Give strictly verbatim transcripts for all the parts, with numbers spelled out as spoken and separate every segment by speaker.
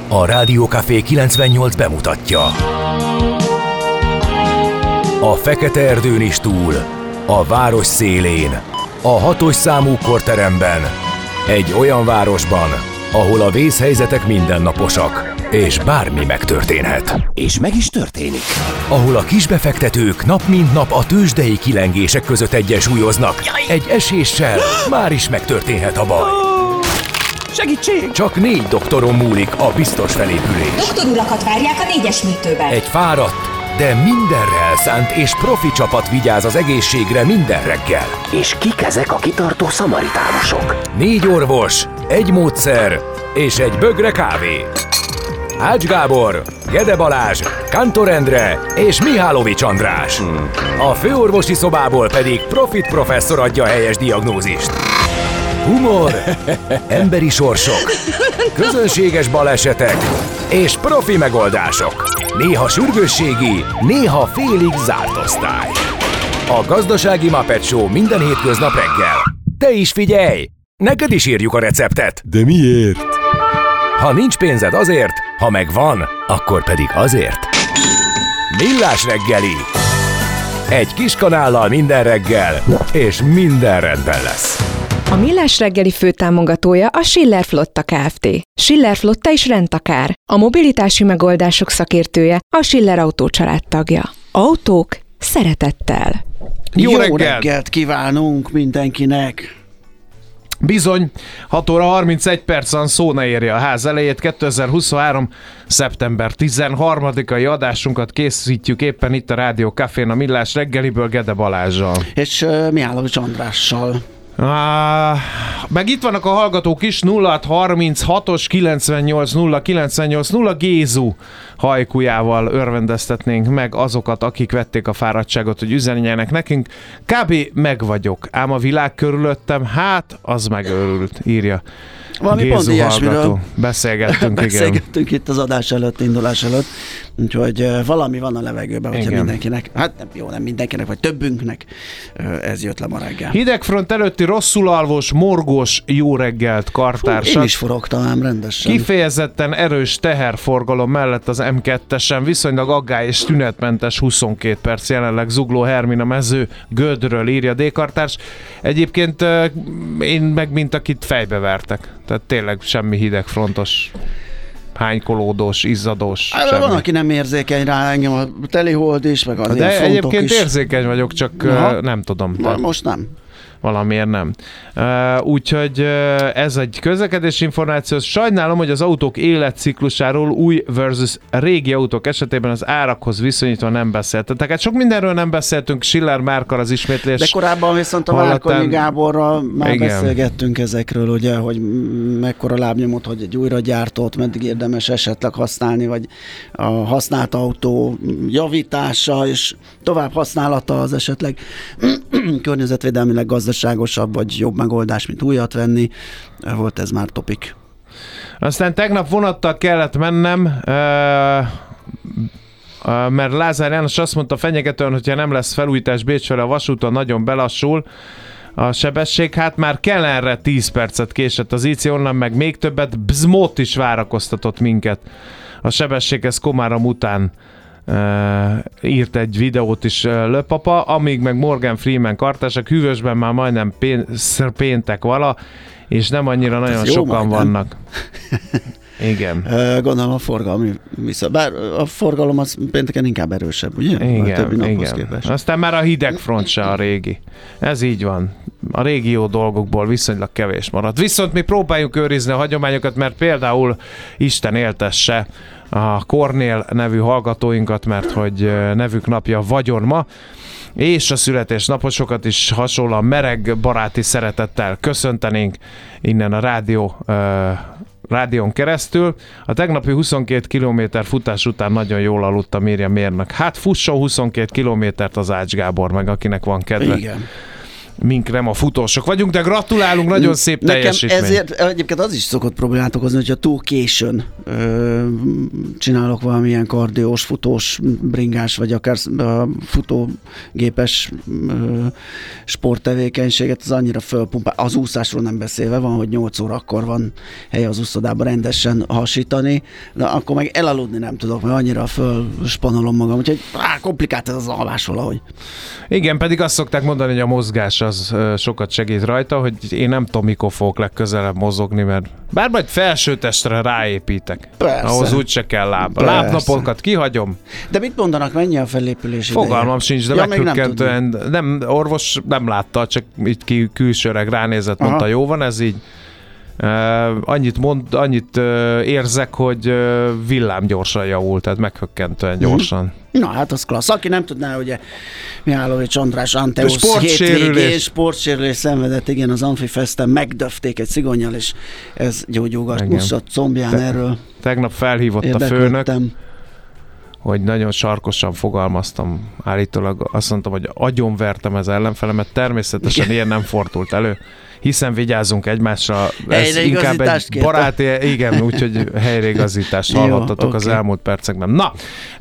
Speaker 1: A Rádió Café kilencvennyolc bemutatja. A fekete erdőn is túl, a város szélén, a hatos számú korteremben, egy olyan városban, ahol a vészhelyzetek mindennaposak, és bármi megtörténhet.
Speaker 2: És meg is történik.
Speaker 1: Ahol a kisbefektetők nap mint nap a tőzsdei kilengések között egyensúlyoznak. Egy eséssel már is megtörténhet a baj.
Speaker 2: Segítség!
Speaker 1: Csak négy doktoron múlik a biztos felépülés.
Speaker 3: Doktorulakat várják a négyes műtőben.
Speaker 1: Egy fáradt, de mindenre elszánt és profi csapat vigyáz az egészségre minden reggel.
Speaker 2: És kik ezek a kitartó szamaritánusok?
Speaker 1: Négy orvos, egy módszer és egy bögre kávé. Ács Gábor, Gede Balázs, Kantor Endre és Mihálovics András. A főorvosi szobából pedig Profit professzor adja a helyes diagnózist. Humor, emberi sorsok, közönséges balesetek és profi megoldások. Néha sürgősségi, néha félig zárt osztály. A Gazdasági Muppet Show minden hétköznap reggel. Te is figyelj! Neked is írjuk a receptet.
Speaker 4: De miért?
Speaker 1: Ha nincs pénzed azért, ha megvan, akkor pedig azért. Millás reggeli. Egy kis kanállal minden reggel, és minden rendben lesz.
Speaker 5: A Millás reggeli főtámogatója a Schiller Flotta Kft. Schiller Flotta is rendtakár. A mobilitási megoldások szakértője, a Schiller Autó család tagja. Autók szeretettel.
Speaker 6: Jó, Jó reggelt. reggelt kívánunk mindenkinek!
Speaker 7: Bizony, hat óra harmincegy percen szó ne érje a ház elejét. kétezer-huszonhárom. szeptember tizenharmadikai adásunkat készítjük éppen itt a Rádió Cafén a Millás reggeliből Gede Balázsral.
Speaker 6: És uh, Mihálovics Andrással.
Speaker 7: Ah, meg itt vannak a hallgatók is, nulla hat harminchatos kilencvennyolc nulla kilencvennyolc nulla Gézu hajkujával örvendeztetnénk meg azokat, akik vették a fáradtságot, hogy üzenjenek nekünk. Kb. Meg vagyok, ám a világ körülöttem, hát az megőrült, írja
Speaker 6: valami
Speaker 7: Gézu
Speaker 6: pont ilyesmiről
Speaker 7: beszélgettünk,
Speaker 6: beszélgettünk
Speaker 7: igen.
Speaker 6: itt az adás előtt, indulás előtt, úgyhogy uh, valami van a levegőben, hogyha
Speaker 7: igen.
Speaker 6: mindenkinek, hát nem, jó, nem mindenkinek, vagy többünknek uh, ez jött le ma reggel.
Speaker 7: Hidegfront előtti rosszul alvós, morgós jó reggelt kartársak.
Speaker 6: Fú, én is forogtam ám rendesen.
Speaker 7: Kifejezetten erős teherforgalom mellett az em kettesen viszonylag aggály és tünetmentes huszonkét perc jelenleg zugló Hermina mező Gödről, írja D-kartárs. Egyébként én meg mint akit fejbevertek. Tehát tényleg semmi hidegfrontos, hánykolódós, izzadós.
Speaker 6: Hát, van, aki nem érzékeny rá, engem a telihold is, meg az
Speaker 7: de
Speaker 6: ilyen frontok
Speaker 7: egyébként
Speaker 6: is.
Speaker 7: érzékeny vagyok, csak Aha. nem tudom.
Speaker 6: Most nem.
Speaker 7: Valamiért nem. Uh, úgyhogy uh, ez egy közlekedési információ. Sajnálom, hogy az autók életciklusáról új versus régi autók esetében az árakhoz viszonyítva nem beszéltetek. Hát sok mindenről nem beszéltünk, Schiller Márkkal az ismétlés.
Speaker 6: De korábban viszont a Várkonyi Gáborral már Igen. beszélgettünk ezekről, ugye, hogy mekkora lábnyomot, hogy egy újra gyártót meddig érdemes esetleg használni, vagy a használt autó javítása és tovább használata az esetleg környezetvédelmileg gazdaságosabb, vagy jobb megoldás, mint újat venni. Volt ez már topik.
Speaker 7: Aztán tegnap vonattal kellett mennem, mert Lázár János azt mondta fenyegetően, hogyha nem lesz felújítás Bécs felé a vasúton, nagyon belassul a sebesség. Hát már Kellenre tíz percet késett az í cé, onnan meg még többet. Bzmot is várakoztatott minket. A sebességhez Komárom után Uh, írt egy videót is uh, Löpapa, amíg meg Morgan Freeman kartársak Hűvösben már majdnem pén- péntek vala, és nem annyira hát nagyon sokan majdnem. vannak. Igen.
Speaker 6: Uh, gondolom a forgalmi vissza. Bár a forgalom az pénteken inkább erősebb, ugye?
Speaker 7: Igen, igen. Aztán már a hidegfront se a régi. Ez így van. A régió dolgokból viszonylag kevés maradt. Viszont mi próbáljuk őrizni a hagyományokat, mert például Isten éltesse a Kornél nevű hallgatóinkat, mert hogy nevük napja vagyon ma, és a születésnaposokat is hasonlóan mereg baráti szeretettel köszöntenénk innen a rádió uh, rádión keresztül. A tegnapi huszonkét kilométer futás után nagyon jól aludtam, írja mérnök. Hát fusson huszonkét kilométert az Ács Gábor meg, akinek van kedve.
Speaker 6: Igen.
Speaker 7: mink nem a futósok vagyunk, de gratulálunk, nagyon szép
Speaker 6: Nekem
Speaker 7: teljesítmény.
Speaker 6: ezért egyébként az is szokott problémát okozni, hogyha túl későn ö, csinálok valamilyen kardiós, futós, bringás, vagy akár futógépes ö, sporttevékenységet, az annyira fölpumpál. Az úszásról nem beszélve, van, hogy nyolc órakor van hely az úszodában rendesen hasítani, de akkor meg elaludni nem tudok, mert annyira fölspanolom magam, úgyhogy á, komplikált ez az alvás valahogy.
Speaker 7: Igen, pedig azt szokták mondani, hogy a mozgás az sokat segít rajta, hogy én nem tudom, mikor fogok legközelebb mozogni, mert bár majd felsőtestre ráépítek.
Speaker 6: Persze.
Speaker 7: Ahhoz úgyse kell láb. A lábnapokat kihagyom.
Speaker 6: De mit mondanak, mennyi a fellépülés ideje?
Speaker 7: Fogalmam sincs, de
Speaker 6: ja,
Speaker 7: meghökkentően nem, nem, orvos nem látta, csak így külsőleg ránézett, mondta, jó van, ez így. Uh, annyit, mond, annyit uh, érzek, hogy uh, villámgyorsan javult, tehát meghökkentően gyorsan.
Speaker 6: Mm. Na hát az klassz. Aki nem tudná, ugye Mihálovics András Anteusz
Speaker 7: sportsérülés.
Speaker 6: hétvégén sportsérülés szenvedett, igen, az Amfifesten megdöfték egy cigonnyal, és ez gyógyugat combján. Te, erről
Speaker 7: tegnap felhívott a főnök, hogy nagyon sarkosan fogalmaztam, állítólag azt mondtam, hogy agyonvertem az ellenfelemet, természetesen igen. Ilyen nem fordult elő. Hiszen vigyázzunk egymásra, ez inkább egy baráti, igen, úgyhogy helyreigazítást hallhattatok okay. Az elmúlt percekben. Na,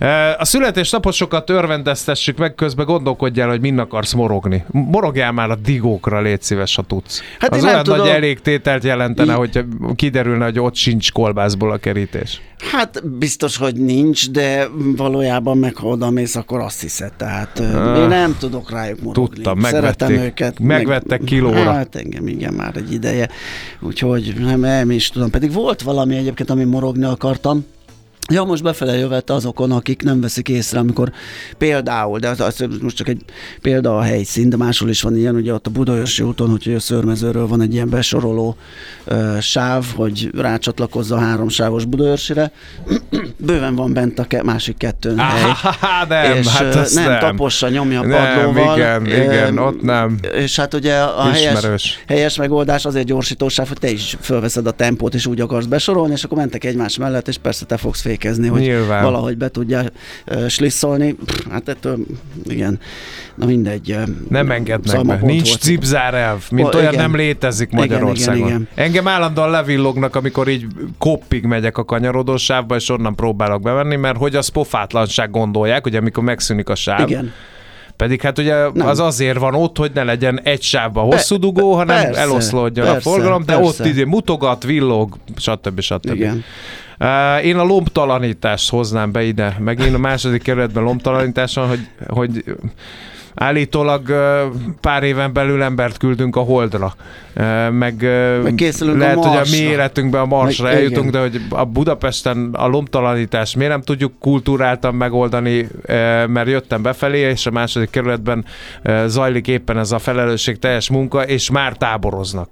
Speaker 7: a születésnaposokat örvendeztessük meg, közben gondolkodjál, hogy mind akarsz morogni. Morogjál már a digókra, légy szíves, ha tudsz. Hát az olyan nagy elégtételt jelentene, hogy kiderülne, hogy ott sincs kolbászból a kerítés.
Speaker 6: Hát biztos, hogy nincs, de valójában meg ha oda mész, akkor azt hiszed. Tehát uh, én nem tudok rájuk morogni.
Speaker 7: Tudtam,
Speaker 6: Szeretem őket.
Speaker 7: Megvettek meg, kilóra.
Speaker 6: Hát engem igen, már egy ideje. Úgyhogy nem, nem is tudom. Pedig volt valami egyébként, ami morogni akartam. Ja, most befele jövet azokon, akik nem veszik észre, amikor például, de az, az most csak egy példa a helyszín, de máshol is van ilyen, ugye ott a Budaörsi úton, hogy a Szőrmezőről van egy ilyen besoroló uh, sáv, hogy rácsatlakozza a háromsávos Budaörsire. Bőven van bent a ke- másik kettőn hely.
Speaker 7: Ah, nem,
Speaker 6: és
Speaker 7: hát
Speaker 6: uh, nem,
Speaker 7: nem
Speaker 6: tapossa, nyomja a
Speaker 7: nem,
Speaker 6: padlóval.
Speaker 7: Igen, igen, ott nem.
Speaker 6: És hát ugye a helyes, helyes megoldás azért gyorsítósáv, hogy te is fölveszed a tempót, és úgy akarsz besorolni, és akkor mentek egymás mellett, és persze te fogsz fékezni, hogy nyilván valahogy be tudja uh, slisszolni. Hát ettől, igen, na mindegy. Uh,
Speaker 7: nem engednek be. Nincs cipzárelv, mint oh, olyan igen. Nem létezik Magyarországon. Igen, igen, igen. Engem állandóan levillognak, amikor így koppig megyek a kanyarodós sávba, és onnan próbálok bevenni, mert hogy az pofátlanság gondolják, ugye amikor megszűnik a sáv. Igen. Pedig hát ugye nem. Az azért van ott, hogy ne legyen egy sávban hosszú dugó, hanem persze, eloszlódjon persze, a forgalom, de persze. Ott idén mutogat, villog, stb. stb. Igen. Uh, én a lombtalanítást hoznám be ide, meg én a második kerületben lombtalanításon, hogy, hogy állítólag uh, pár éven belül embert küldünk a Holdra, uh, meg, uh, meg lehet, a hogy a mi életünkben a Marsra meg, eljutunk, igen. De hogy a Budapesten a lombtalanítást miért nem tudjuk kultúráltan megoldani, uh, mert jöttem befelé, és a második kerületben uh, zajlik éppen ez a felelősségteljes munka, és már táboroznak.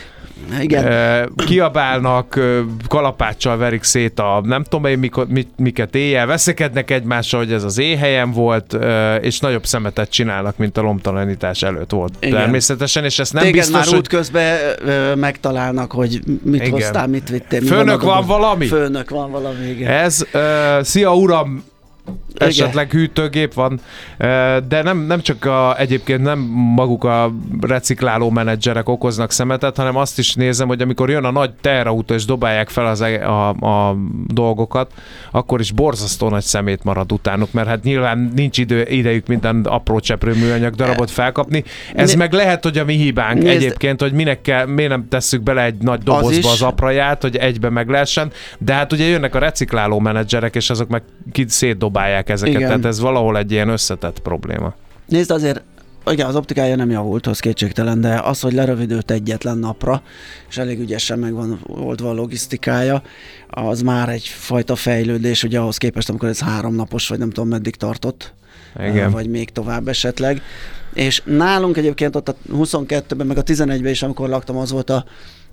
Speaker 7: Igen. Kiabálnak, kalapáccsal verik szét a nem tudom én mit, miket éjjel, veszekednek egymással, hogy ez az éjhelyen volt, és nagyobb szemetet csinálnak, mint a lombtalanítás előtt volt. Igen. Természetesen, és ezt nem
Speaker 6: téged
Speaker 7: biztos,
Speaker 6: már útközben hogy... megtalálnak, hogy mit igen. hoztál, mit vittél. Mi
Speaker 7: Főnök van, van valami?
Speaker 6: Főnök van valami, igen.
Speaker 7: Ez, uh, szia uram, esetleg hűtőgép van, de nem, nem csak a, egyébként nem maguk a recikláló menedzserek okoznak szemetet, hanem azt is nézem, hogy amikor jön a nagy teherautó és dobálják fel az, a, a dolgokat, akkor is borzasztó nagy szemét marad utánuk, mert hát nyilván nincs idő, idejük minden apró cseprő műanyag darabot felkapni. Ez Né- meg lehet, hogy a mi hibánk nézd, egyébként, hogy minek kell, miért nem tesszük bele egy nagy dobozba az, az apraját, hogy egybe meg lehessen, de hát ugye jönnek a recikláló menedzserek, és azok meg ki szétdobálják ezeket, igen. Tehát ez valahol egy ilyen összetett probléma.
Speaker 6: Nézd, azért igen, az optikája nem javult, az kétségtelen, de az, hogy lerövidült egyetlen napra, és elég ügyesen meg van oldva a logisztikája, az már egyfajta fejlődés, ugye ahhoz képest, amikor ez három napos, vagy nem tudom meddig tartott, igen. Vagy még tovább esetleg. És nálunk egyébként ott a huszonkettőben, meg a tizenegyben is, amikor laktam, az volt a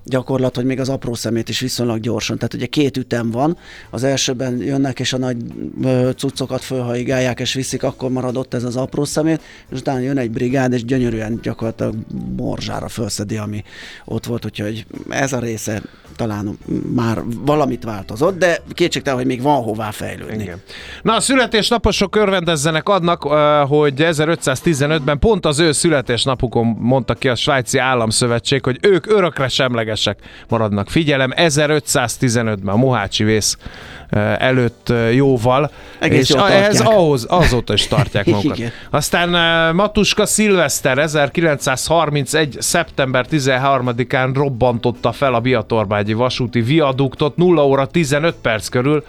Speaker 6: gyakorlat, hogy még az apró szemét is viszonylag gyorsan. Tehát ugye két ütem van, az elsőben jönnek és a nagy ö, cuccokat fölhaigálják és viszik, akkor marad ott ez az apró szemét, és utána jön egy brigád, és gyönyörűen gyakorlatilag morzsára fölszedi, ami ott volt, úgyhogy ez a része talán már valamit változott, de kétségtelen, hogy még van hová fejlődni.
Speaker 7: Igen. Na, a születésnaposok örvendezzenek annak, hogy ezerötszáztizenötben pont az ő születésnapukon mondta ki a Svájci Államszövetség, hogy ők örökre semlegesek maradnak. Figyelem, ezerötszáztizenötben a Mohácsi vész előtt jóval, egész és ehhez ahhoz, azóta is tartják magukat. Aztán Matuska Szilveszter ezerkilencszázharmincegy. szeptember tizenharmadikán robbantotta fel a Biatorbágyi vasúti viaduktot nulla óra tizenöt perc körül,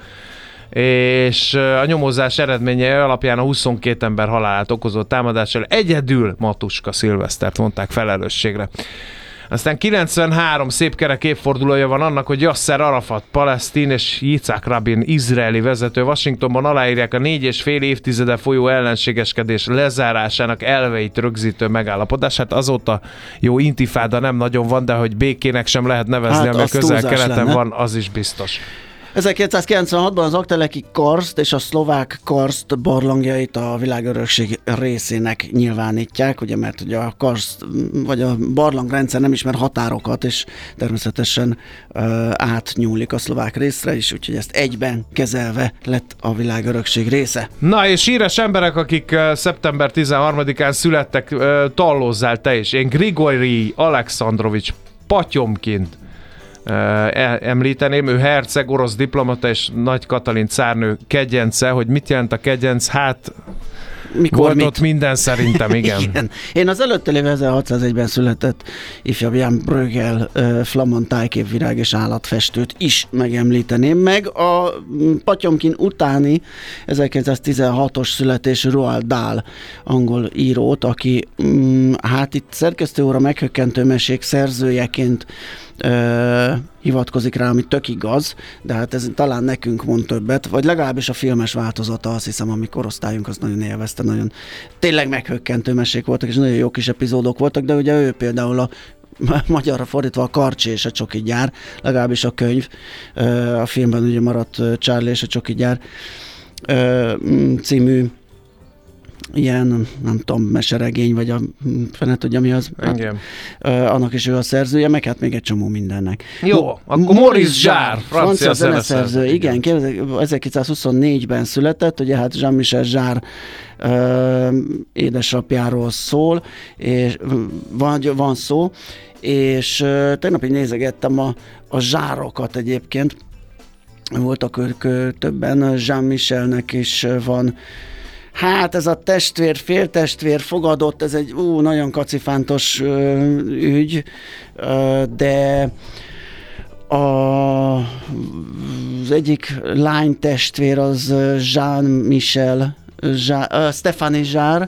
Speaker 7: és a nyomozás eredménye alapján a huszonkét ember halálát okozó támadással egyedül Matuska Szilvesztert vonták felelősségre. Aztán kilencvenhárom szép kerek évfordulója van annak, hogy Yasser Arafat, palesztin és Yitzhak Rabin, izraeli vezető Washingtonban aláírják a négy és fél évtizede folyó ellenségeskedés lezárásának elveit rögzítő megállapodás. Hát azóta jó intifáda nem nagyon van, de hogy békének sem lehet nevezni, hát ami a közel-keleten van, az is biztos.
Speaker 6: ezerkilencszázkilencvenhatban az Aggteleki karszt és a szlovák karszt barlangjait a világörökség részének nyilvánítják, ugye, mert ugye a karszt vagy a barlangrendszer nem ismer határokat, és természetesen uh, átnyúlik a szlovák részre is, úgyhogy ezt egyben kezelve lett a világörökség része.
Speaker 7: Na, és híres emberek, akik uh, szeptember tizenharmadikán születtek, uh, tallózzál te is. Én Grigorij Alekszandrovics Patyomkint említeném, ő herceg, orosz diplomata és Nagy Katalin cárnő kegyence. Hogy mit jelent a kegyenc? Hát mikor volt mit? Ott minden szerintem, igen. igen.
Speaker 6: Én az előtte lévő ezerhatszázegyben született ifjabb Jan Bruegel flamand tájképvirág és állatfestőt is megemlíteném, meg a Patyomkin utáni ezerkilencszáztizenhatos születésű Roald Dahl angol írót, aki mm, hát itt szerkesztőóra meghökkentő mesék szerzőjeként Uh, hivatkozik rá, ami tök igaz, de hát ez talán nekünk mond többet, vagy legalábbis a filmes változata, azt hiszem, ami korosztályunk az nagyon élvezte, nagyon tényleg meghökkentő mesék voltak, és nagyon jó kis epizódok voltak, de ugye ő például a magyarra fordítva a Karcsi és a Csoki gyár, legalábbis a könyv, uh, a filmben ugye maradt Charlie és a Csoki gyár uh, című ilyen, nem tudom, meseregény, vagy a fene tudja mi az. Hát, uh, annak is ő a szerzője, meg hát még egy csomó mindennek.
Speaker 7: Jó, Mo- akkor Maurice Jarre, francia
Speaker 6: zeneszerző, igen, ezerkilencszázhuszonnégyben született, ugye hát Jean-Michel Jarre uh, édesapjáról szól, és van, van szó, és uh, tegnap így nézegettem a, a zsárokat egyébként, voltak ők többen, Jean-Michelnek is van. Hát ez a testvér, féltestvér fogadott, ez egy ú, nagyon kacifántos ö, ügy, ö, de a, az egyik lány testvér az Jean-Michel, Jarre, uh, Stéphanie Jarre,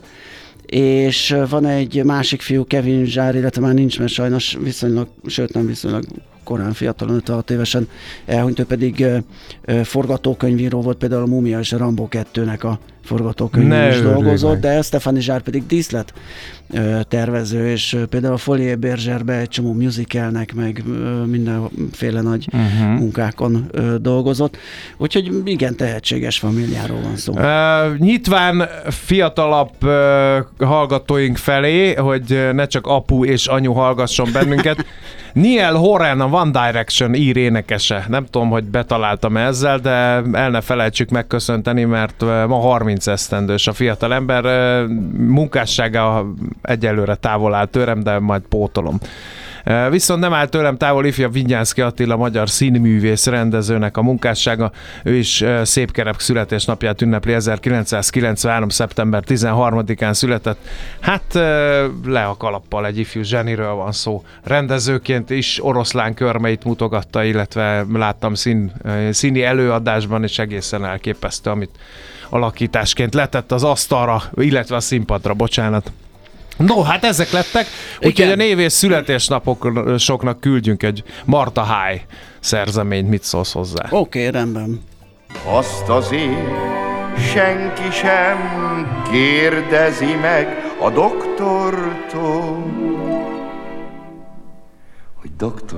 Speaker 6: és van egy másik fiú, Kevin Jarre, illetve már nincs, mert sajnos viszonylag, sőt nem viszonylag korán fiatalon, ötvenhat évesen elhunyt, ő pedig uh, forgatókönyvíró volt, például a Múmia és a Rambo kettőnek a forgatókönyvén is dolgozott, de Stéphanie Jarre pedig díszlet uh, tervező, és uh, például a Folie Bergerbe egy csomó musicalnek, meg uh, mindenféle nagy uh-huh. munkákon uh, dolgozott. Úgyhogy igen, tehetséges familiáról van szó.
Speaker 7: Uh, nyitván fiatalabb uh, hallgatóink felé, hogy ne csak apu és anyu hallgasson bennünket. Niall Horan, a One Direction ír énekese. Nem tudom, hogy betaláltam ezzel, de el ne felejtsük megköszönteni, mert ma harminc esztendős a fiatal ember. Munkássága egyelőre távol áll tőlem, de majd pótolom. Viszont nem áll tőlem távol ifjabb Vinyánszky Attila, magyar színművész rendezőnek a munkássága. Ő is szép kerek születésnapját ünnepli, ezerkilencszázkilencvenhárom. szeptember tizenharmadikán született. Hát le a kalappal, egy ifjú zseniről van szó. Rendezőként is oroszlán körmeit mutogatta, illetve láttam szín, színi előadásban, és egészen elképesztő, amit alakításként letett az asztalra, illetve a színpadra, bocsánat. No, hát ezek lettek, úgyhogy a név és születésnapoknak küldjünk egy Martha High szerzeményt, mit szólsz hozzá?
Speaker 6: Oké, okay, rendben.
Speaker 4: Azt azért senki sem kérdezi meg a doktortól, hogy doktor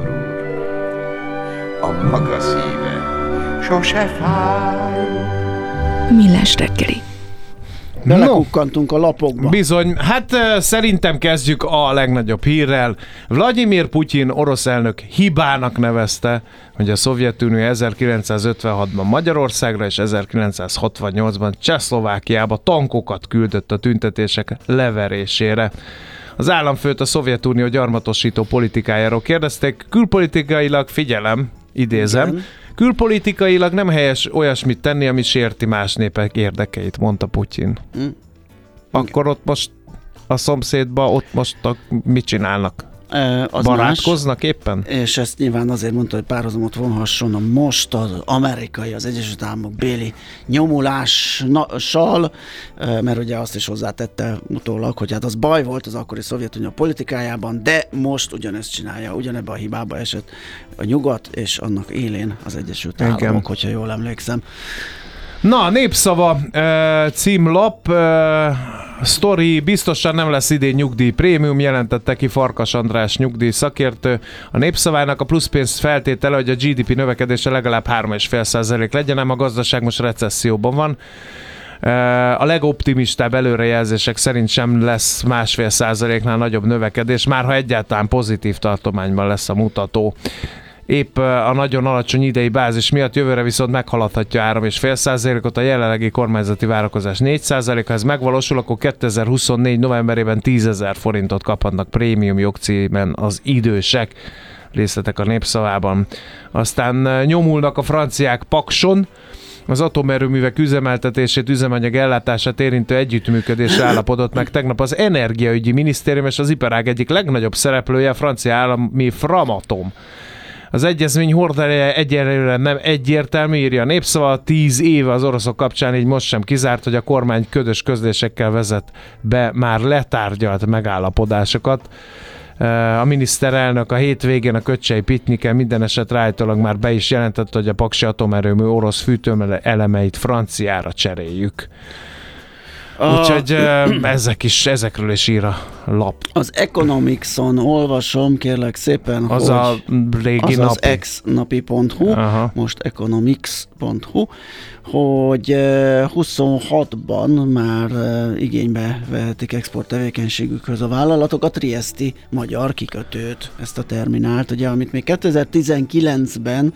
Speaker 4: úr, a maga szíve sose fáj.
Speaker 5: Millás reggeli.
Speaker 6: Belekukkantunk a lapokba.
Speaker 7: Bizony, hát szerintem kezdjük a legnagyobb hírrel. Vladimir Putyin orosz elnök hibának nevezte, hogy a Szovjetunió ezerkilencszázötvenhatban Magyarországra és ezerkilencszázhatvannyolcban Csehszlovákiába tankokat küldött a tüntetések leverésére. Az államfőt a Szovjetunió gyarmatosító politikájáról kérdezték, külpolitikailag, figyelem, idézem, igen. Külpolitikailag nem helyes olyasmit tenni, ami sérti más népek érdekeit, mondta Putyin. Mm. Akkor ott most a szomszédban, ott most a, mit csinálnak?
Speaker 6: E, az
Speaker 7: Barátkoznak
Speaker 6: más,
Speaker 7: éppen?
Speaker 6: És ezt nyilván azért mondta, hogy párhuzamot vonhasson a most az amerikai, az Egyesült Államok béli nyomulással, mert ugye azt is hozzátette utólag, hogy hát az baj volt az akkori Szovjetunió politikájában, de most ugyanezt csinálja, ugyanebben a hibába esett a nyugat, és annak élén az Egyesült Államok, igen. Hogyha jól emlékszem.
Speaker 7: Na, Népszava címlap, sztori, biztosan nem lesz idén nyugdíj prémium, jelentette ki Farkas András nyugdíj szakértő. A Népszavának a pluszpénz feltétele, hogy a gé dé pé növekedése legalább három egész öt százalék legyen, ám a gazdaság most recesszióban van. A legoptimistább előrejelzések szerint sem lesz másfél százaléknál nagyobb növekedés, már ha egyáltalán pozitív tartományban lesz a mutató. Épp a nagyon alacsony idei bázis miatt jövőre viszont meghaladhatja három egész öt százalékot, a jelenlegi kormányzati várakozás négy százalék. Ha ez megvalósul, akkor kétezer-huszonnégy novemberében tízezer forintot kaphatnak prémium jogcímen az idősek. Részletek a Népszavában. Aztán nyomulnak a franciák Pakson. Az atomerőművek üzemeltetését, üzemanyag ellátását érintő együttműködésre állapodott meg tegnap az Energiaügyi Minisztérium és az iparág egyik legnagyobb szereplője, a francia állami Framatome. Az egyezmény horderejé egyelőre nem egyértelmű, írja a Népszava, tíz éve az oroszok kapcsán, így most sem kizárt, hogy a kormány ködös közlésekkel vezet be már letárgyalt megállapodásokat. A miniszterelnök a hétvégén a Köcsei Pitnyiken minden esetre állítólag már be is jelentette, hogy a paksi atomerőmű orosz fűtőmele elemeit franciára cseréljük. A... Úgyhogy ezek is, ezekről is ír a lap.
Speaker 6: Az Economics-on olvasom, kérlek szépen,
Speaker 7: az
Speaker 6: hogy
Speaker 7: a régi
Speaker 6: az
Speaker 7: napi.
Speaker 6: az exnapi pont hu, aha. Most economics pont hu, hogy huszonhatban már igénybe vehetik export tevékenységükhöz a vállalatok a trieszti magyar kikötőt, ezt a terminált, ugye, amit még kétezer-tizenkilencben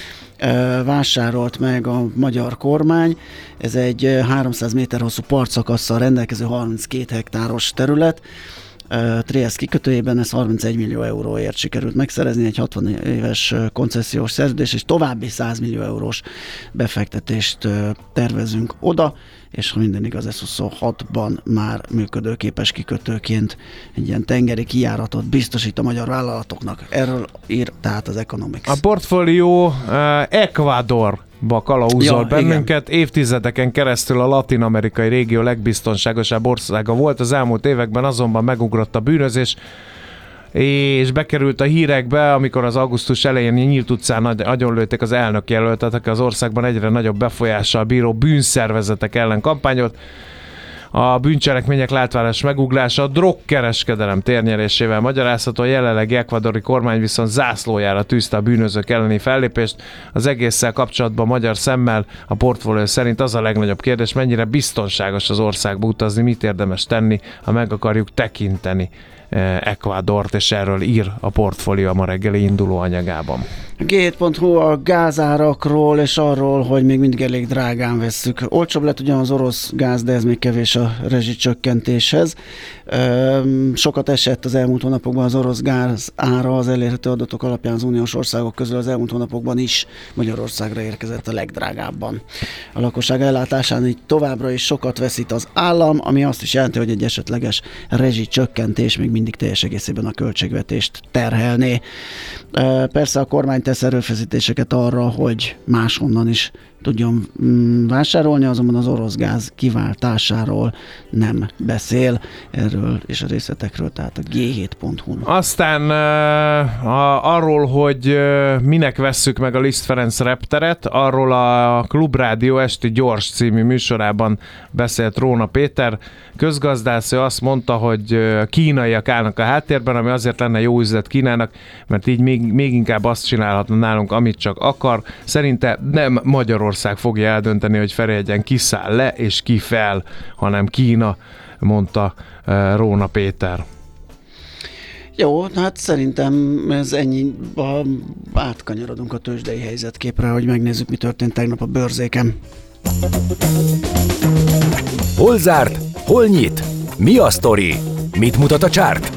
Speaker 6: vásárolt meg a magyar kormány. Ez egy háromszáz méter hosszú partszakasszal rendelkező harminckét hektáros terület. Trieste kikötőjében ez harmincegy millió euróért sikerült megszerezni, egy hatvan éves koncesziós szerződés, és további száz millió eurós befektetést tervezünk oda, és ha minden igaz, ez huszonhatban már működőképes kikötőként egy ilyen tengeri kijáratot biztosít a magyar vállalatoknak. Erről ír tehát az Economics.
Speaker 7: A portfólió uh, Ecuadorba kalauzol ja, bennünket. Igen. Évtizedeken keresztül a latin-amerikai régió legbiztonságosabb országa volt. Az elmúlt években azonban megugrott a bűnözés, és bekerült a hírekbe, amikor az augusztus elején nyílt utcán agyonlőtték az elnök jelöltet, aki az országban egyre nagyobb befolyással bíró bűnszervezetek ellen kampányolt. A bűncselekmények látványos meguglása a drogkereskedelem térnyerésével magyarázható, a jelenlegi ekvadori kormány viszont zászlójára tűzte a bűnözők elleni fellépést. Az egésszel kapcsolatban magyar szemmel a portfólió szerint az a legnagyobb kérdés, mennyire biztonságos az országba utazni, mit érdemes tenni, ha meg akarjuk tekinteni Ecuadort, és erről ír a portfólió a ma reggeli induló anyagában.
Speaker 6: gé hét pont hu a gázárakról és arról, hogy még mindig elég drágán vesszük. Olcsóbb lett ugyan az orosz gáz, de ez még kevés a rezsicsökkentéshez. Sokat esett az elmúlt hónapokban az orosz gáz ára, az elérhető adatok alapján az uniós országok közül az elmúlt hónapokban is Magyarországra érkezett a legdrágábban. A lakosság ellátásán így továbbra is sokat veszít az állam, ami azt is jelenti, hogy egy esetleges rezsicsökkentés még mindig teljes egészében a költségvetést terhelné. Persze a kormány tesz erőfeszítéseket arra, hogy máshonnan is tudjon vásárolni, azonban az orosz gáz kiváltásáról nem beszél. Erről és a részletekről, tehát a gé hét pont hu.
Speaker 7: Aztán uh, a, arról, hogy uh, minek vesszük meg a Liszt Ferenc repteret, arról a Klubrádió esti gyors című műsorában beszélt Róna Péter. Közgazdász, ő azt mondta, hogy uh, kínaiak állnak a háttérben, ami azért lenne jó üzlet Kínának, mert így még, még inkább azt csinálhatna nálunk, amit csak akar. Szerinte nem Magyarország fogja eldönteni, hogy Ferihegyen kiszáll le és ki fel, hanem Kína, mondta uh, Róna Péter.
Speaker 6: Jó, hát szerintem ez ennyi. Átkanyarodunk a tőzsdei helyzetképre, hogy megnézzük, mi történt tegnap a bőrzéken.
Speaker 1: Hol zárt? Hol nyit? Mi a sztori? Mit mutat a csárt?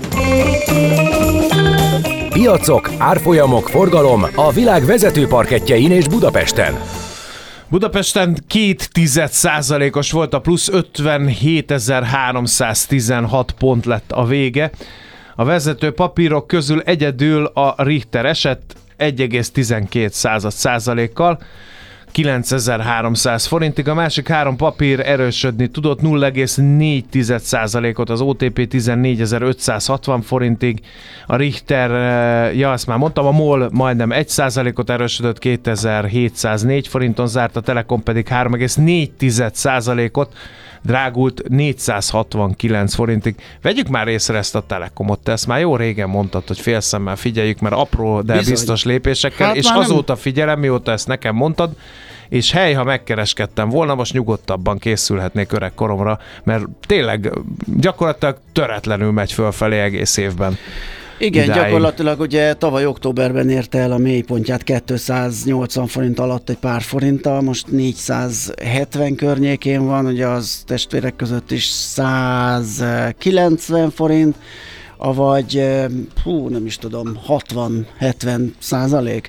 Speaker 1: Piacok, árfolyamok, forgalom a világ vezető parkettjein és Budapesten.
Speaker 7: Budapesten két tized százalékos volt a plusz, ötvenhétezer-háromszáztizenhat pont lett a vége. A vezető papírok közül egyedül a Richter esett egy egész tizenkét százalékkal, kilencezer-háromszáz forintig, a másik három papír erősödni tudott nulla egész négy százalékot, az o té pé tizennégyezer-ötszázhatvan forintig, a Richter, ja azt már mondtam, a MOL majdnem egy százalékot erősödött, kétezer-hétszáznégy forinton zárt, a Telekom pedig három egész négy százalékot drágult négyszázhatvankilenc forintig. Vegyük már észre ezt a Telekomot, te ezt már jó régen mondtad, hogy félszemmel figyeljük, mert apró, de Bizony. biztos lépésekkel, hát és azóta nem... figyelem, mióta ezt nekem mondtad, és hely, ha megkereskedtem volna, most nyugodtabban készülhetnék öreg koromra, mert tényleg gyakorlatilag töretlenül megy fölfelé egész évben.
Speaker 6: Igen,
Speaker 7: idáig.
Speaker 6: Gyakorlatilag ugye tavaly októberben érte el a mélypontját kétszáznyolcvan forint alatt egy pár forinttal, most négyszázhetven környékén van, ugye az testvérek között is százkilencven forint, avagy hú, nem is tudom, hatvan-hetven százalék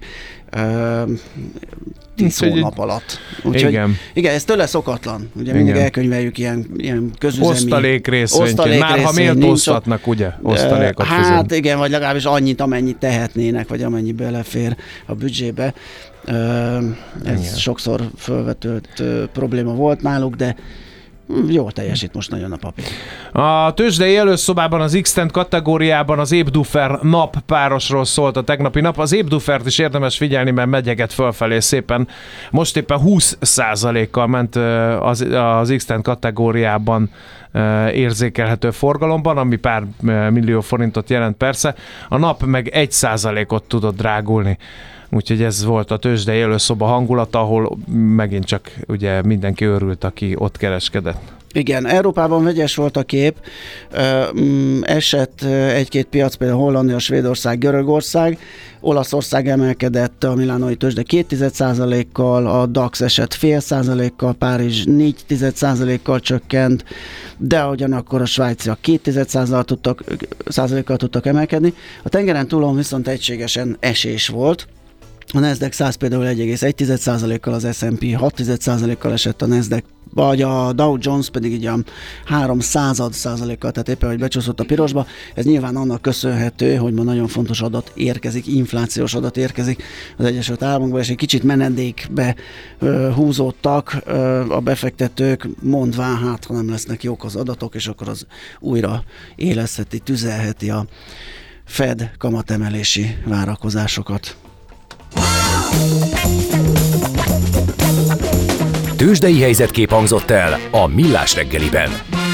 Speaker 6: tíz hónap alatt. Úgyhogy, igen. igen, ez tőle szokatlan. Ugye igen. mindig elkönyveljük ilyen, ilyen közüzemi...
Speaker 7: Osztalék részvényként. Már ha méltóztatnak, ugye? Osztalékot
Speaker 6: Hát
Speaker 7: fizet.
Speaker 6: igen, vagy legalábbis annyit, amennyit tehetnének, vagy amennyi belefér a büdzsébe. Ez igen. sokszor felvetődött probléma volt náluk, de jól teljesít most nagyon a papír.
Speaker 7: A tőzsdei előszobában az X-Tent kategóriában az Ébdufer nap párosról szólt a tegnapi nap. Az Ébdufert is érdemes figyelni, mert megyeget fölfelé szépen. Most éppen húsz százalékkal ment az, az X-Tent kategóriában érzékelhető forgalomban, ami pár millió forintot jelent persze. A nap meg egy százalékot tudott drágulni. Úgyhogy ez volt a tőzsdei előszoba hangulata, ahol megint csak ugye mindenki örült, aki ott kereskedett.
Speaker 6: Igen, Európában vegyes volt a kép, esett egy-két piac, például Hollandia, Svédország, Görögország, Olaszország emelkedett a milánói tőzsde két tized százalékkal, a DAX esett fél százalékkal, Párizs négy tized százalékkal csökkent, de ugyanakkor a svájciak két tized százalékkal tudtak emelkedni. A tengeren túlon viszont egységesen esés volt. A Nasdaq száz például egy egész egy százalékkal, az es and pé hat tized százalékkal esett, a Nasdaq, vagy a Dow Jones pedig így a három század százalékkal, tehát éppen, hogy becsúszott a pirosba. Ez nyilván annak köszönhető, hogy ma nagyon fontos adat érkezik, inflációs adat érkezik az Egyesült Államokban, és egy kicsit menedékbe ö, húzódtak ö, a befektetők, mondván, hát ha nem lesznek jók az adatok, és akkor az újra élesztheti, tüzelheti a Fed kamatemelési várakozásokat.
Speaker 1: Tőzsdei helyzetkép hangzott el a Millás reggeliben.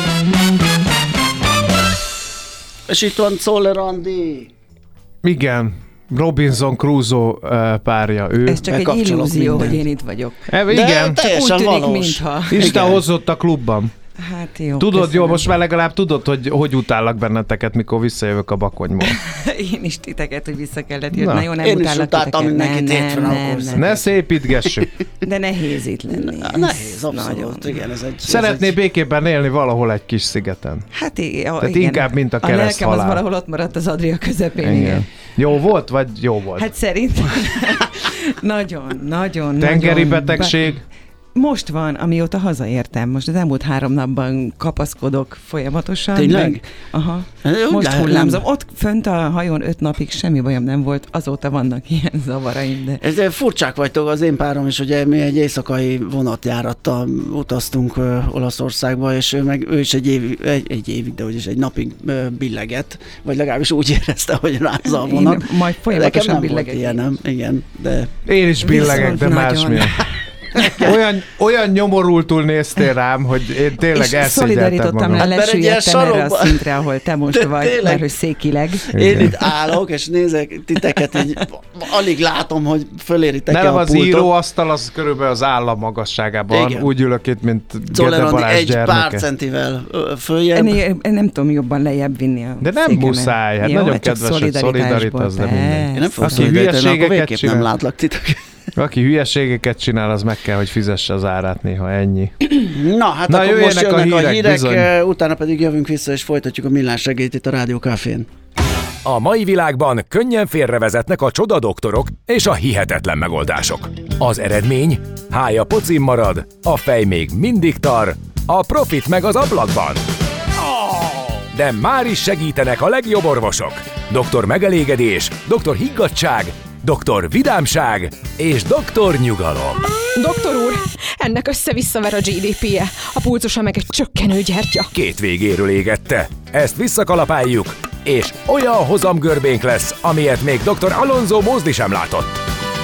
Speaker 6: És itt van Czoller Andi.
Speaker 7: Igen, Robinson Crusoe párja ő.
Speaker 8: Ez csak egy illúzió, mindent. Hogy én itt vagyok.
Speaker 7: E, igen,
Speaker 6: de
Speaker 8: úgy tűnik,
Speaker 6: valós.
Speaker 8: mintha.
Speaker 7: Isten hozott a klubban.
Speaker 8: Hát jó.
Speaker 7: Tudod,
Speaker 8: köszönöm.
Speaker 7: jó, most már legalább tudod, hogy hogy utállak benneteket, mikor visszajövök a Bakonyból.
Speaker 8: Én is titeket, hogy vissza kellett jönni.
Speaker 7: Na.
Speaker 8: Na jó, nem
Speaker 6: Én
Speaker 8: utállak
Speaker 6: is utáltam mindenkit hétfőn augusztusban.
Speaker 7: Ne szépítgessük.
Speaker 8: De nehéz itt lenni.
Speaker 6: Na, nehéz, abszolút. Igen, ez egy,
Speaker 7: Szeretné
Speaker 6: ez egy...
Speaker 7: békében élni valahol egy kis szigeten.
Speaker 8: Hát igen.
Speaker 7: Tehát
Speaker 8: igen.
Speaker 7: inkább, mint a
Speaker 8: kereszt halál. A lelkem
Speaker 7: halál.
Speaker 8: az valahol ott maradt az Adria közepén. Igen. Igen.
Speaker 7: Jó volt, vagy jó volt?
Speaker 8: Hát szerintem nagyon, nagyon,
Speaker 7: Tengeri
Speaker 8: nagyon
Speaker 7: betegség?
Speaker 8: Be... Most van, amióta hazaértem. Most az elmúlt három napban kapaszkodok folyamatosan.
Speaker 6: Tényleg?
Speaker 8: Meg, aha.
Speaker 6: Jó,
Speaker 8: most
Speaker 6: de,
Speaker 8: hullámzom. Ott fönt a hajón öt napig semmi bajom nem volt, azóta vannak ilyen zavaraim. De...
Speaker 6: Ez furcsák vagytok, az én párom is, ugye mi egy éjszakai vonatjárattal utaztunk ö, Olaszországba, és ő, meg, ő is egy, év, egy, egy évig, de úgyis egy napig ö, billegett, vagy legalábbis úgy érezte, hogy rázza a vonat.
Speaker 8: Én majd folyamatosan
Speaker 6: billegett.
Speaker 8: billegek.
Speaker 6: Ilyen, nem? Igen, de...
Speaker 7: Én is billegek, de
Speaker 8: nagyon...
Speaker 7: másmilyen. olyan, olyan nyomorultul néztél rám, hogy én tényleg elszégyeltem magam.
Speaker 8: Hát lesüllyedtem erre a szintre, ahol te most vagy, tényleg, mert hogy székileg.
Speaker 6: Én itt állok, és nézek titeket, így alig látom, hogy föléritek
Speaker 7: nem
Speaker 6: a
Speaker 7: az
Speaker 6: pultot.
Speaker 7: íróasztal, az körülbelül az állam magasságában. Igen. Úgy ülök itt, mint Gede Balázs
Speaker 6: egy
Speaker 7: gyermeke.
Speaker 6: pár centivel följebb.
Speaker 8: Én nem tudom jobban lejjebb vinni a
Speaker 7: de nem
Speaker 8: székemet.
Speaker 7: Muszáj, hát
Speaker 8: jó,
Speaker 7: nagyon
Speaker 8: csak
Speaker 7: kedves, hogy szolidaritás, de mindegy.
Speaker 6: Én nem fogok
Speaker 7: Aki hülyeségeket
Speaker 6: nem
Speaker 7: csinál,
Speaker 6: látlak titeket.
Speaker 7: aki hülyeségeket csinál, az meg kell, hogy fizesse az árát néha, ennyi.
Speaker 6: Na, hát
Speaker 7: Na,
Speaker 6: akkor most jönnek a hírek, a hírek
Speaker 7: bizony.
Speaker 6: utána pedig jövünk vissza, és folytatjuk a Millás reggelyt itt a Rádió Cafén.
Speaker 1: A mai világban könnyen félrevezetnek a csodadoktorok és a hihetetlen megoldások. Az eredmény? Hája pocim marad, a fej még mindig tar, a profit meg az ablakban. De már is segítenek a legjobb orvosok. doktor Megelégedés, doktor Higgadtság, doktor Vidámság és doktor Nyugalom.
Speaker 5: Doktor úr, ennek össze-visszaver a gé dé pé-je, a pulzusa meg egy csökkenő gyertya.
Speaker 1: Két végéről égette. Ezt visszakalapáljuk, és olyan hozamgörbénk lesz, amilyet még doktor Alonso Mózdi sem látott.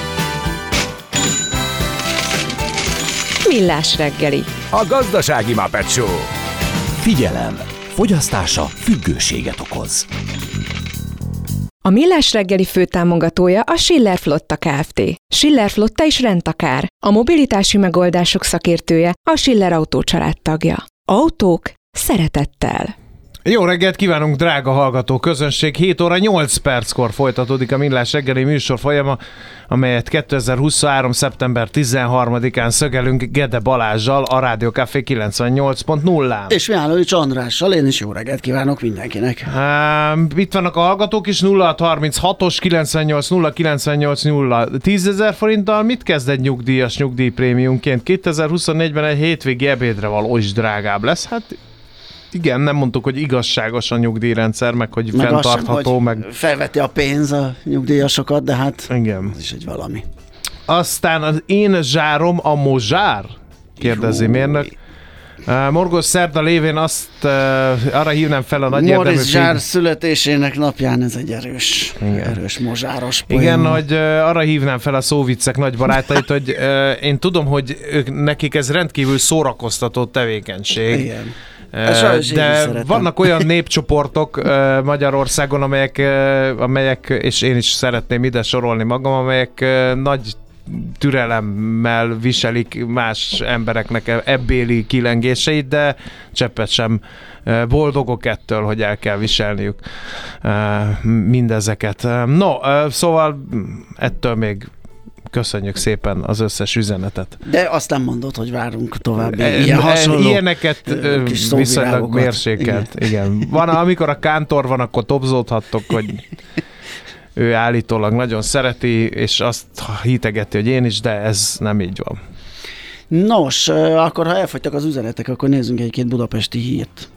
Speaker 5: Millás reggeli.
Speaker 1: A gazdasági Muppet Show.
Speaker 2: Figyelem! Fogyasztása függőséget okoz.
Speaker 5: A Millás reggeli főtámogatója a Schiller Flotta Kft. Schiller Flotta is rendtakár. A mobilitási megoldások szakértője, a Schiller Autó családtagja. Autók szeretettel.
Speaker 7: Jó reggelt kívánunk, drága hallgató közönség! hét óra nyolc perckor folytatódik a Millás reggeli műsor folyama, amelyet kétezer-huszonhárom. szeptember tizenharmadikán szögelünk Gede Balázsjal, a Rádió Café kilencvennyolc pont nullán.
Speaker 6: És Mihálovics Andrással, én is jó reggelt kívánok mindenkinek.
Speaker 7: Uh, itt vannak a hallgatók is, nulla hat harminchatos kilencvennyolc nulla kilencvennyolc nulla. tízezer forinttal mit kezd egy nyugdíjas nyugdíjprémiumként? kétezer-huszonnégyben egy hétvégi ebédre való is drágább lesz, hát igen, nem mondtuk, hogy igazságos a nyugdíjrendszer, meg hogy meg fenntartható, sem, meg...
Speaker 6: felveti a pénz a nyugdíjasokat, de hát
Speaker 7: igen.
Speaker 6: Ez is egy valami.
Speaker 7: Aztán az én zsárom a mozsár? Kérdezi Jó. mérnök. Uh, Morgos szerda lévén azt uh, arra hívnám fel a nagy érdemű...
Speaker 6: Morris Zsár születésének napján ez egy erős, igen. erős mozsáros poén.
Speaker 7: Igen, hogy uh, arra hívnám fel a szóviccek nagy barátait, hogy uh, én tudom, hogy ők, nekik ez rendkívül szórakoztató tevékenység. Igen. De vannak olyan népcsoportok Magyarországon, amelyek, amelyek, és én is szeretném ide sorolni magam, amelyek nagy türelemmel viselik más embereknek ebbéli kilengéseit, de cseppet sem boldogok ettől, hogy el kell viselniük mindezeket. No, szóval ettől még köszönjük szépen az összes üzenetet.
Speaker 6: De azt nem mondod, hogy várunk további e, ilyen hasonló
Speaker 7: ilyeneket viszonylag mérsékelt. Igen. Igen. Van, amikor a kántor van, akkor topzódhattok, hogy ő állítólag nagyon szereti, és azt hitegeti, hogy én is, de ez nem így van.
Speaker 6: Nos, akkor ha elfogytak az üzenetek, akkor nézzünk egy-két budapesti hírt.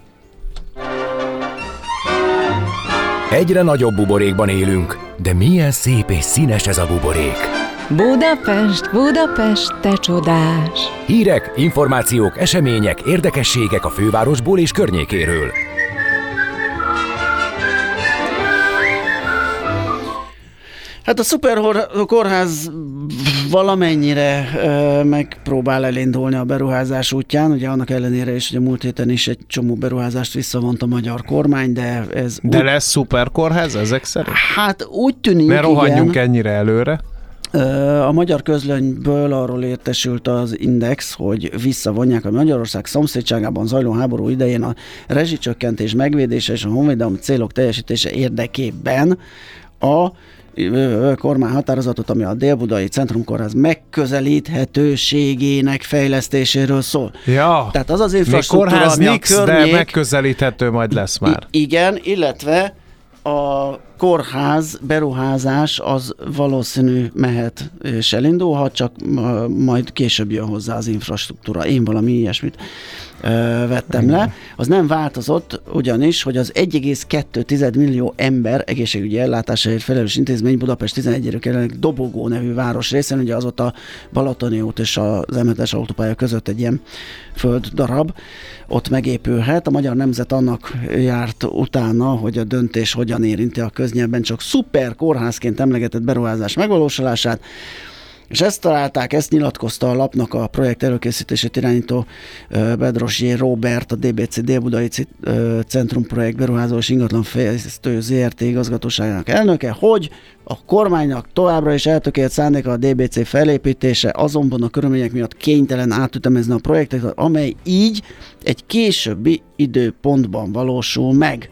Speaker 1: Egyre nagyobb buborékban élünk, de milyen szép és színes ez a buborék.
Speaker 5: Budapest, Budapest, te csodás!
Speaker 1: Hírek, információk, események, érdekességek a fővárosból és környékéről.
Speaker 6: Hát a szuperkórház valamennyire ö, megpróbál elindulni a beruházás útján, ugye annak ellenére is, hogy a múlt héten is egy csomó beruházást visszavont a magyar kormány, de ez...
Speaker 7: De
Speaker 6: úgy...
Speaker 7: lesz szuperkórház ezek szerint?
Speaker 6: Hát úgy tűnik,
Speaker 7: ne rohanjunk
Speaker 6: igen,
Speaker 7: ennyire előre.
Speaker 6: A magyar közlönyből arról értesült az Index, hogy visszavonják a Magyarország szomszédságában zajló háború idején a rezsicsökkentés megvédése és a honvédelmi célok teljesítése érdekében a kormány határozatot, ami a Dél-Budai Centrumkórház megközelíthetőségének fejlesztéséről szól.
Speaker 7: Ja,
Speaker 6: tehát az az infrastruktúra, ami a
Speaker 7: nix, környék, de megközelíthető majd lesz már.
Speaker 6: I- igen, illetve a kórház beruházás az valószínű mehet és elindulhat, csak majd később jön hozzá az infrastruktúra. Én valami ilyesmit ö, vettem Igen. le. Az nem változott, ugyanis, hogy az egy egész kettő millió ember egészségügyi ellátásáért felelős intézmény Budapest tizenegyről kerülnek Dobogó nevű város részén, ugye az ott a Balatoni út és az em hetes autópálya között egy ilyen földdarab, ott megépülhet. A Magyar Nemzet annak járt utána, hogy a döntés hogyan érinti a köznyelben csak szuper kórházként emlegetett beruházás megvalósulását. És ezt találták, ezt nyilatkozta a lapnak a projekt előkészítését irányító Bedrosier Robert, a dé bé cé Dél-Budai Centrumprojekt beruházó és ingatlanfejlesztő zé er té igazgatóságának elnöke, hogy a kormánynak továbbra is eltökélt szándéka a dé bé cé felépítése, azonban a körülmények miatt kénytelen átütemezni a projektet, amely így egy későbbi időpontban valósul meg.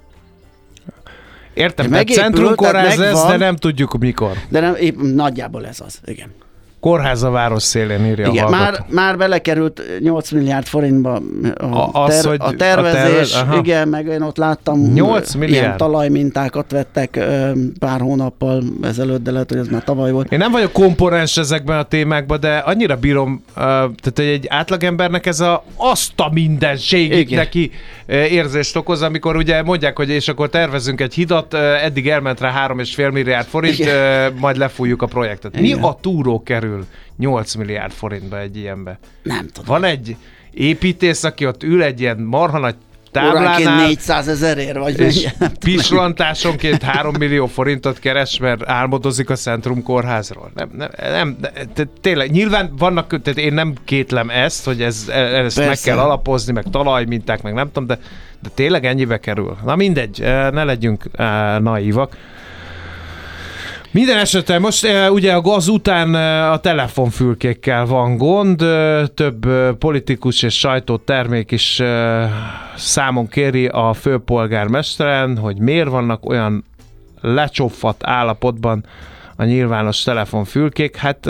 Speaker 7: Értem, tehát centrumkórház lesz, de nem tudjuk mikor.
Speaker 6: De nem, épp nagyjából ez az, igen.
Speaker 7: Kórház a város szélén, írja
Speaker 6: igen,
Speaker 7: a
Speaker 6: már, már belekerült nyolc milliárd forintba a,
Speaker 7: a, az,
Speaker 6: ter, a tervezés, a tervez, igen, meg én ott láttam
Speaker 7: nyolc milliárd.
Speaker 6: Ilyen talajmintákat vettek pár hónappal ezelőtt, de lehet, hogy ez már tavaly volt.
Speaker 7: Én nem vagyok komponens ezekben a témákban, de annyira bírom, tehát hogy egy átlagembernek ez a azt a mindenségig neki érzést okoz, amikor ugye mondják, hogy és akkor tervezünk egy hidat, eddig elment rá három és fél milliárd forint, igen. Majd lefújjuk a projektet. Igen. Mi a túró kerül nyolc milliárd forintba egy ilyenbe?
Speaker 6: Nem tudom.
Speaker 7: Van egy építész, aki ott ül egy ilyen marha nagy táblánál,
Speaker 6: óránként négyszázezerért vagy
Speaker 7: és pislantásonként három millió forintot keres, mert álmodozik a Centrum kórházról. Nem, nem, nem de, tényleg, nyilván vannak, tehát én nem kétlem ezt, hogy ez, ezt meg kell alapozni, meg talajminták, meg nem tudom, de, de tényleg ennyibe kerül. Na mindegy, ne legyünk uh, naívak. Minden esetre most ugye a gaz után a telefonfülkékkel van gond, több politikus és sajtótermék is számon kéri a főpolgármesteren, hogy miért vannak olyan lecsopfadt állapotban a nyilvános telefonfülkék. Hát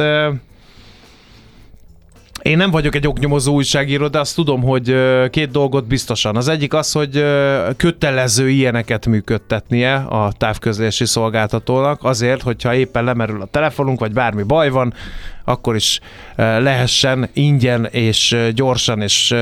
Speaker 7: én nem vagyok egy oknyomozó újságíró, de azt tudom, hogy két dolgot biztosan. Az egyik az, hogy kötelező ilyeneket működtetnie a távközlési szolgáltatónak, azért, hogyha éppen lemerül a telefonunk, vagy bármi baj van, akkor is lehessen ingyen és gyorsan és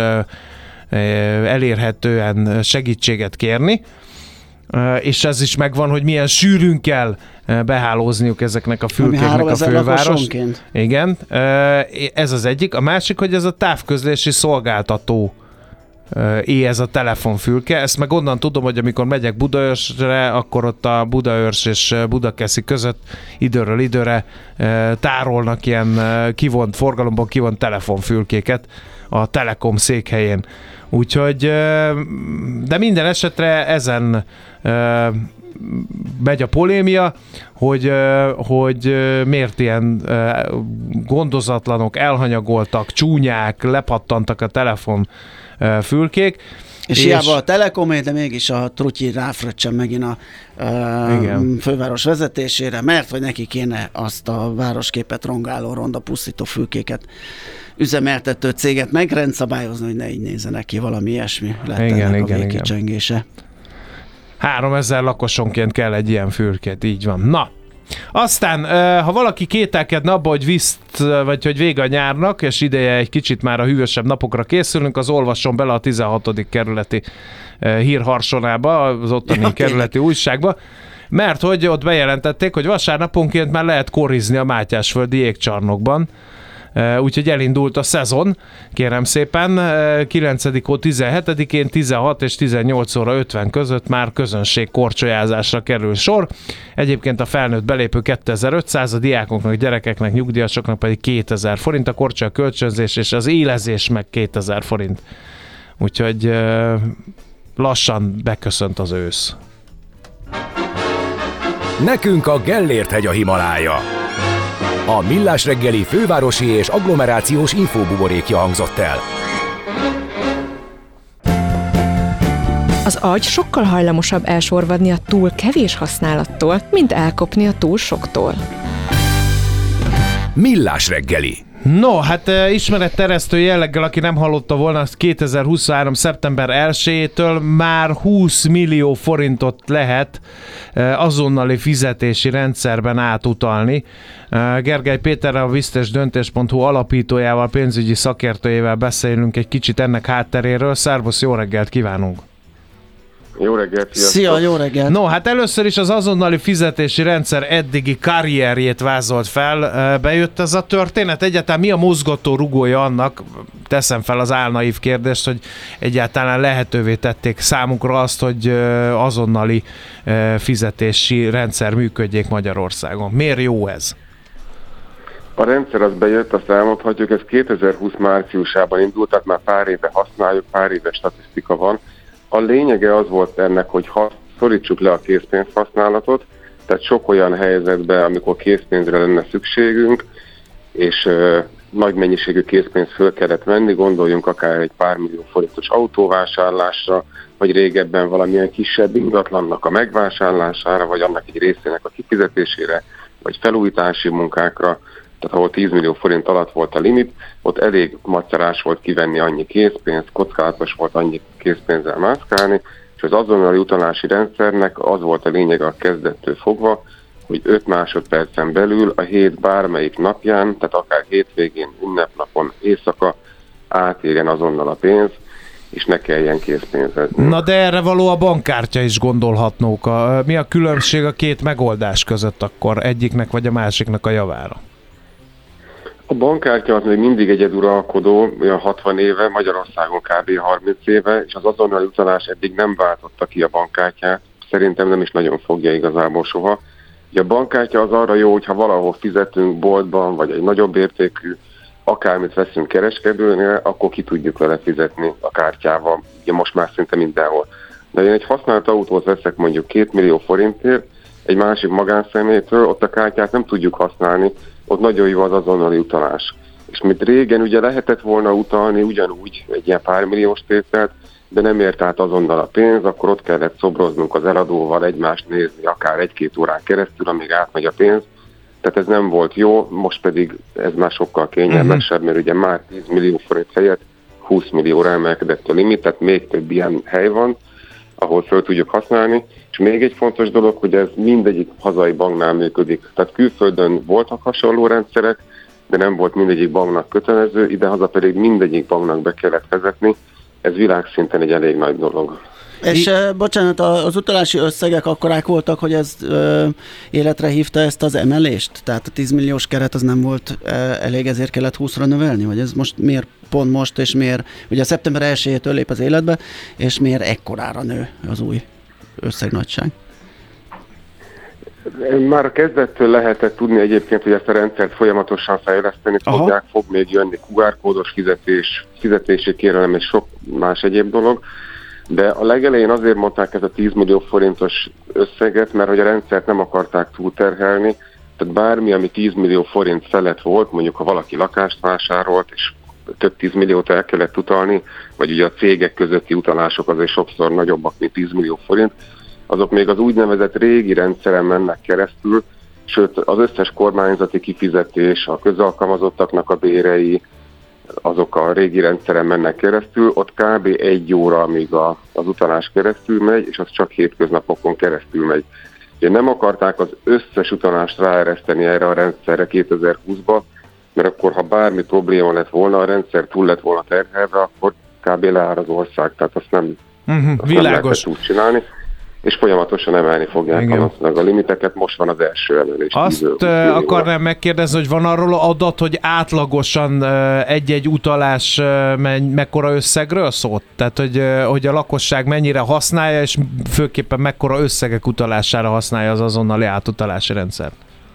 Speaker 7: elérhetően segítséget kérni. És ez is megvan, hogy milyen sűrűn kell behálózniuk ezeknek a fülkéknek a főváros. Igen, ez az egyik. A másik, hogy ez a távközlési szolgáltató é ez a telefonfülke. Ezt meg onnan tudom, hogy amikor megyek Budaörsre, akkor ott a Budaörs és Budakeszi között időről időre tárolnak ilyen kivont, forgalomban kivont telefonfülkéket a Telekom székhelyén. Úgyhogy, de minden esetre ezen megy a polémia, hogy, hogy miért ilyen gondozatlanok, elhanyagoltak, csúnyák, lepattantak a telefonfülkék.
Speaker 6: És, és hiába a Telekomé, de mégis a trutyi ráfröccsen megint a, a főváros vezetésére, mert hogy neki kéne azt a városképet rongáló, ronda pusztító fülkéket üzemeltető céget megrendszabályozni, hogy ne így nézzenek ki, valami ilyesmi lett
Speaker 7: igen,
Speaker 6: ennek
Speaker 7: igen,
Speaker 6: a végkicsengése.
Speaker 7: háromezer lakosonként kell egy ilyen fülkét, így van. Na, aztán, ha valaki kételkedne abba, hogy viszt, vagy hogy vége a nyárnak, és ideje egy kicsit már a hűvösebb napokra készülünk, az olvasson bele a tizenhatodik kerületi hírharsonába, az ottani ja, kerületi tényleg. Újságba, mert hogy ott bejelentették, hogy vasárnaponként már lehet korizni a Mátyásföldi jégcsarnokban. Úgyhogy elindult a szezon, kérem szépen, kilencedikén tizenhetedikén tizenhat és tizennyolc óra ötven között már közönség korcsolyázásra kerül sor. Egyébként a felnőtt belépő kétezer-ötszáz, a diákoknak, gyerekeknek, nyugdíjasoknak pedig kétezer forint, a korcsolya kölcsönzés és az élezés meg kétezer forint. Úgyhogy lassan beköszönt az ősz.
Speaker 1: Nekünk a Gellért-hegy a Himalája. A Millás reggeli fővárosi és agglomerációs infóbuborékja hangzott el.
Speaker 5: Az agy sokkal hajlamosabb elsorvadni a túl kevés használattól, mint elkopni a túl soktól.
Speaker 1: Millás reggeli.
Speaker 7: No, hát ismeretteresztő jelleggel, aki nem hallotta volna, kétezer-huszonhárom. szeptember elsejétől már húsz millió forintot lehet azonnali fizetési rendszerben átutalni. Gergely Péterrel, a Visztes Döntés pont hu alapítójával, pénzügyi szakértőjével beszélünk egy kicsit ennek hátteréről. Szervusz, jó reggelt kívánunk!
Speaker 9: Jó reggelt, sziasztok!
Speaker 6: Szia, jó reggelt!
Speaker 7: No, hát először is az azonnali fizetési rendszer eddigi karrierjét vázolt fel. Bejött ez a történet? Egyáltalán mi a mozgató rugója annak? Teszem fel az álnaív kérdést, hogy egyáltalán lehetővé tették számunkra azt, hogy azonnali fizetési rendszer működjék Magyarországon. Miért jó ez?
Speaker 9: A rendszer az bejött, azt elmondhatjuk, ez kétezer-húsz márciusában indult, tehát már pár éve használjuk, pár éve statisztika van. A lényege az volt ennek, hogy ha szorítsuk le a készpénz használatot, tehát sok olyan helyzetben, amikor készpénzre lenne szükségünk, és ö, nagy mennyiségű készpénzt föl kellett venni, gondoljunk akár egy pár millió forintos autóvásárlásra, vagy régebben valamilyen kisebb ingatlannak a megvásárlására, vagy annak egy részének a kifizetésére, vagy felújítási munkákra, tehát ahol tíz millió forint alatt volt a limit, ott elég macerás volt kivenni annyi készpénzt, kockázatos volt annyi készpénzzel mászkálni, és az azonnali utalási rendszernek az volt a lényege a kezdettől fogva, hogy öt másodpercen belül a hét bármelyik napján, tehát akár hétvégén, ünnepnapon, éjszaka átérjen azonnal a pénz, és ne kelljen készpénzezni.
Speaker 7: Na de erre való a bankkártya is gondolhatnók. A, mi a különbség a két megoldás között akkor egyiknek vagy a másiknak a javára?
Speaker 9: A bankkártya az még mindig egyeduralkodó, olyan hatvan éve, Magyarországon kb. harminc éve, és az azonnali utalás eddig nem váltotta ki a bankkártyát. Szerintem nem is nagyon fogja igazából soha. Ugye a bankkártya az arra jó, hogyha valahol fizetünk boltban, vagy egy nagyobb értékű, akármit veszünk kereskedőnél, akkor ki tudjuk vele fizetni a kártyával. Ugye most már szinte mindenhol. De én egy használt autót veszek mondjuk két millió forintért, egy másik magánszemélytől, ott a kártyát nem tudjuk használni, ott nagyon jó az azonnali utalás. És mint régen ugye lehetett volna utalni ugyanúgy egy ilyen pár milliós tételt, de nem ért át azonnal a pénz, akkor ott kellett szobroznunk az eladóval, egymást nézni akár egy-két órán keresztül, amíg átmegy a pénz. Tehát ez nem volt jó, most pedig ez már sokkal kényelmesebb, mert ugye már tíz millió forint helyett húsz millióra emelkedett a limit, tehát még több ilyen hely van, ahol föl tudjuk használni. És még egy fontos dolog, hogy ez mindegyik hazai banknál működik. Tehát külföldön voltak hasonló rendszerek, de nem volt mindegyik banknak kötelező, idehaza pedig mindegyik banknak be kellett vezetni. Ez világszinten egy elég nagy dolog.
Speaker 6: És I- bocsánat, az utalási összegek akkorák voltak, hogy ez ö, életre hívta ezt az emelést? Tehát a tíz milliós keret az nem volt ö, elég, ezért kellett húszra növelni? Vagy ez most miért pont most, és miért, ugye szeptember elsejétől lép az életbe, és miért ekkorára nő az új összegnagyság?
Speaker 9: Már a kezdettől lehetett tudni egyébként, hogy ezt a rendszert folyamatosan fejleszteni fogják, fog még jönni kú ár kódos fizetés, fizetési kérelem és sok más egyéb dolog. De a legelején azért mondták ez a tíz millió forintos összeget, mert hogy a rendszert nem akarták túlterhelni, tehát bármi, ami tíz millió forint felett volt, mondjuk ha valaki lakást vásárolt, és több tíz milliót el kellett utalni, vagy ugye a cégek közötti utalások azért sokszor nagyobbak, mint tíz millió forint, azok még az úgynevezett régi rendszeren mennek keresztül, sőt az összes kormányzati kifizetés, a közalkalmazottaknak a bérei, azok a régi rendszeren mennek keresztül, ott kb. egy óra, amíg a, az utalás keresztül megy, és az csak hétköznapokon keresztül megy. Ugye nem akarták az összes utalást ráereszteni erre a rendszerre kétezer-húszba, mert akkor, ha bármi probléma lett volna, a rendszer túl lett volna terhelve, akkor kb. Leáll az ország, tehát azt nem,
Speaker 7: uh-huh,
Speaker 9: azt nem lehetett úgy csinálni. És folyamatosan emelni fogják a, a limiteket, most van az első emelés.
Speaker 7: Azt uh, akarnám megkérdezni, hogy van arról adat, hogy átlagosan uh, egy-egy utalás uh, me- mekkora összegről szólt? Tehát, hogy, uh, hogy a lakosság mennyire használja, és főképpen mekkora összegek utalására használja az azonnali átutalási rendszer?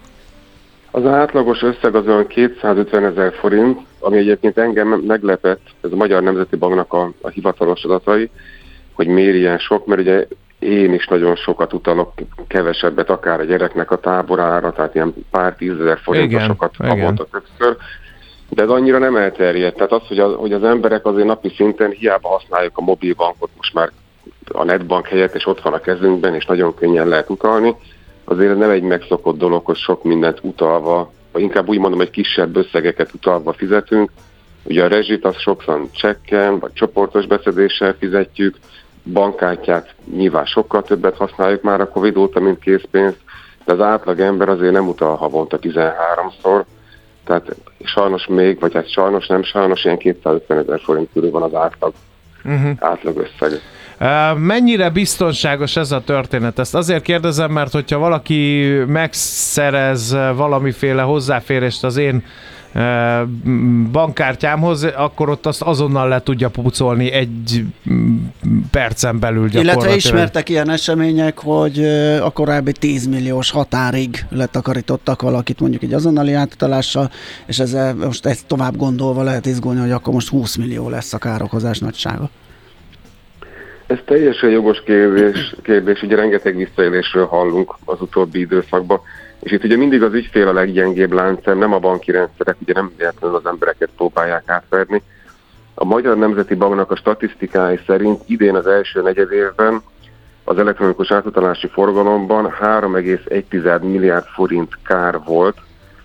Speaker 9: Az átlagos összeg az olyan kétszázötvenezer forint, ami egyébként engem meglepett, ez a Magyar Nemzeti Banknak a, a hivatalos adatai, hogy miért ilyen sok, mert ugye én is nagyon sokat utalok, kevesebbet akár a gyereknek a táborára, tehát ilyen pár tízezer forintosokat havonta többször, de ez annyira nem elterjedt. Tehát az, hogy, a, hogy az emberek azért napi szinten hiába használjuk a mobilbankot, most már a netbank helyett, és ott van a kezünkben, és nagyon könnyen lehet utalni, azért nem egy megszokott dolog, hogy sok mindent utalva, vagy inkább úgy mondom, hogy kisebb összegeket utalva fizetünk. Ugye a rezsit az sokszor csekken, vagy csoportos beszedéssel fizetjük, bankkártyát nyilván sokkal többet használjuk már a Covid óta, mint készpénzt, de az átlag ember azért nem utal havonta tizenháromszor, tehát sajnos még, vagy hát sajnos nem sajnos, ilyen kétszázötvenezer forint körül van az átlag, uh-huh. átlag összeg.
Speaker 7: Mennyire biztonságos ez a történet? Ezt azért kérdezem, mert hogyha valaki megszerez valamiféle hozzáférést az én bankkártyámhoz, akkor ott azt azonnal le tudja pucolni egy percen belül gyakorlatilag.
Speaker 6: Illetve ismertek ilyen események, hogy a korábbi tíz milliós határig letakarítottak valakit mondjuk egy azonnali átutalással, és ezzel most ezt tovább gondolva lehet izgulni, hogy akkor most húsz millió lesz a károkozás nagysága.
Speaker 9: Ez teljesen jogos kérdés, kérdés, ugye rengeteg visszaélésről hallunk az utóbbi időszakban, és itt ugye mindig az ügyfél a leggyengébb láncszem, nem a banki rendszerek, ugye nem véletlenül az embereket próbálják átverni. A Magyar Nemzeti Banknak a statisztikái szerint idén az első negyedévben az elektronikus átutalási forgalomban három egész egy milliárd forint kár volt.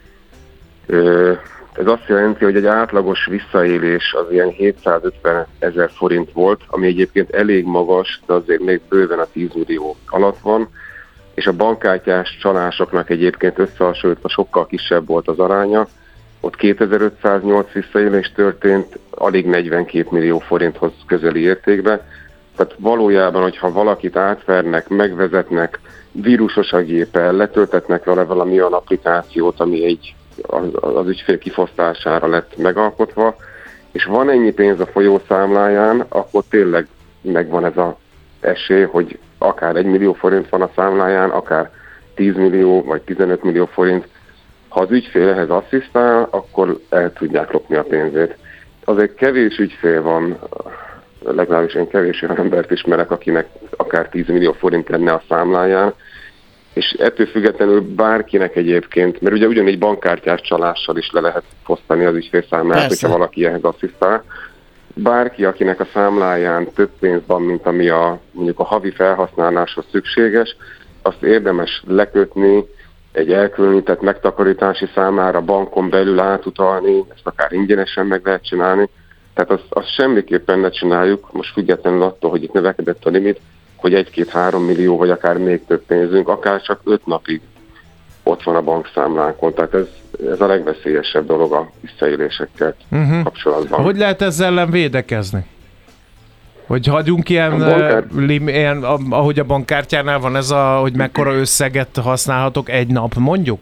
Speaker 9: Ez azt jelenti, hogy egy átlagos visszaélés az ilyen hétszázötven ezer forint volt, ami egyébként elég magas, de azért még bőven a tíz millió alatt van, és a bankkártyás csalásoknak egyébként összehasonlítva sokkal kisebb volt az aránya. Ott kétezer-ötszáznyolc visszaélés történt, alig negyvenkét millió forinthoz közeli értékben. Tehát valójában, hogyha valakit átvernek, megvezetnek, vírusos a géppel, letöltetnek vele valami olyan applikációt, ami egy az, az ügyfél kifosztására lett megalkotva, és van ennyi pénz a folyószámláján, akkor tényleg megvan ez az esély, hogy akár egy millió forint van a számláján, akár tíz millió vagy tizenöt millió forint. Ha az ügyfél ehhez asszisztál, akkor el tudják lopni a pénzét. Azért kevés ügyfél van, legalábbis én kevés olyan embert ismerek, akinek akár tíz millió forint lenne a számláján, és ettől függetlenül bárkinek egyébként, mert ugye ugyanígy bankkártyás csalással is le lehet fosztani az ügyfélszámlát, hogyha valaki ehhez asszisztál. Bárki, akinek a számláján több pénz van, mint ami a, mondjuk a havi felhasználáshoz szükséges, azt érdemes lekötni egy elkülönített megtakarítási számlára, bankon belül átutalni, ezt akár ingyenesen meg lehet csinálni. Tehát azt, azt semmiképpen ne csináljuk, most függetlenül attól, hogy itt növekedett a limit, hogy egy-két-három millió, vagy akár még több pénzünk, akár csak öt napig ott van a bankszámlánkon. Tehát ez, ez a legveszélyesebb dolog a visszaélésekkel uh-huh. kapcsolatban.
Speaker 7: Hogy lehet ezzel ellen védekezni? Hogy hagyjunk ilyen, bankár... lim, ilyen, ahogy a bankkártyánál van ez a, hogy mekkora összeget használhatok egy nap, mondjuk?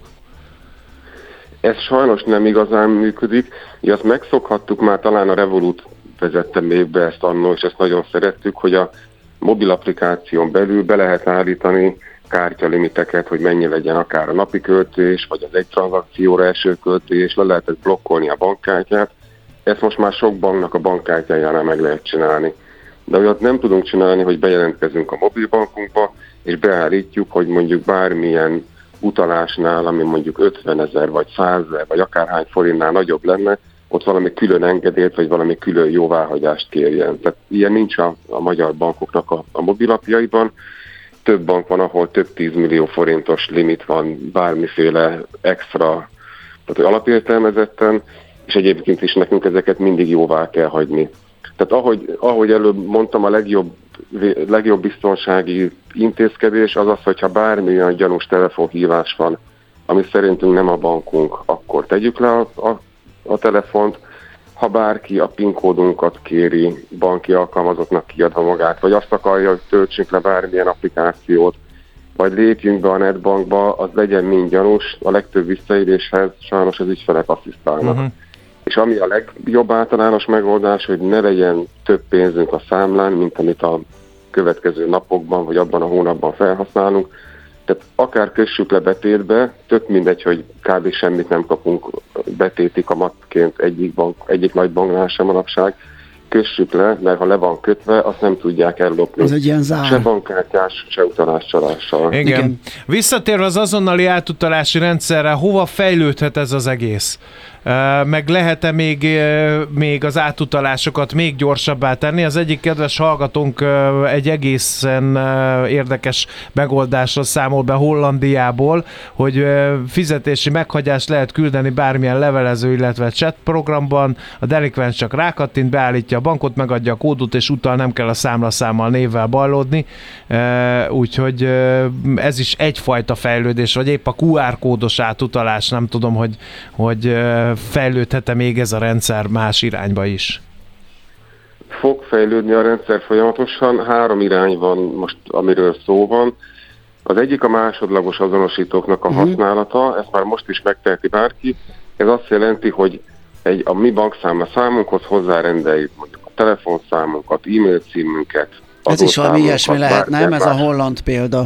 Speaker 9: Ez sajnos nem igazán működik. Ugye azt megszokhattuk már, talán a Revolut vezette még be ezt annól, és ezt nagyon szerettük, hogy a mobil applikáción belül be lehet állítani kártyalimiteket, hogy mennyi legyen akár a napi költés, vagy az egy tranzakcióra eső költés, le lehetett blokkolni a bankkártyát. Ezt most már sok banknak a bankkártyájánál meg lehet csinálni. De olyat nem tudunk csinálni, hogy bejelentkezünk a mobilbankunkba, és beállítjuk, hogy mondjuk bármilyen utalásnál, ami mondjuk ötvenezer, vagy százezer, vagy akárhány forintnál nagyobb lenne, ott valami külön engedélyt, vagy valami külön jóváhagyást kérjen. Tehát ilyen nincs a, a magyar bankoknak a, a mobilapjaiban. Több bank van, ahol több tízmillió forintos limit van bármiféle extra, tehát alapértelmezetten, és egyébként is nekünk ezeket mindig jóvá kell hagyni. Tehát ahogy, ahogy előbb mondtam, a legjobb, legjobb biztonsági intézkedés az az, hogyha bármilyen gyanús telefonhívás van, ami szerintünk nem a bankunk, akkor tegyük le a, a, a telefont. Ha bárki a PIN kódunkat kéri banki alkalmazottnak kiadva magát, vagy azt akarja, hogy töltsünk le bármilyen applikációt, vagy lépjünk be a netbankba, az legyen mind gyanús, a legtöbb visszaéléshez sajnos az ügyfelek asszisztálnak. Uh-huh. És ami a legjobb általános megoldás, hogy ne legyen több pénzünk a számlán, mint amit a következő napokban, vagy abban a hónapban felhasználunk. Tehát akár kössük le betétbe, tök mindegy, hogy kb. Semmit nem kapunk betéti kamatként egyik, bank, egyik nagy banknál sem manapság. Kössük le, mert ha le van kötve, azt nem tudják ellopni.
Speaker 6: Ez egy ilyen zár.
Speaker 9: Se bankkártyás, se utaláscsalással.
Speaker 7: Igen. Igen. Visszatérve az azonnali átutalási rendszerre, hova fejlődhet ez az egész? Meg lehet-e még, még az átutalásokat még gyorsabbá tenni? Az egyik kedves hallgatónk egy egészen érdekes megoldásra számol be Hollandiából, hogy fizetési meghagyást lehet küldeni bármilyen levelező, illetve chat programban, a delikvens csak rákattint, beállítja a bankot, megadja a kódot, és utal, nem kell a számlaszámmal névvel bajlódni. Úgyhogy ez is egyfajta fejlődés, vagy épp a kú ár kódos átutalás, nem tudom, hogy, hogy fejlődhet-e még ez a rendszer más irányba is?
Speaker 9: Fog fejlődni a rendszer folyamatosan. Három irány van most, amiről szó van. Az egyik a másodlagos azonosítóknak a használata, ezt már most is megteheti bárki. Ez azt jelenti, hogy egy, a mi bankszámla számunkhoz hozzárendeljük mondjuk a telefonszámunkat, e-mail címünket.
Speaker 6: Ez is valami ilyesmi lehet, nem? Ez a holland példa.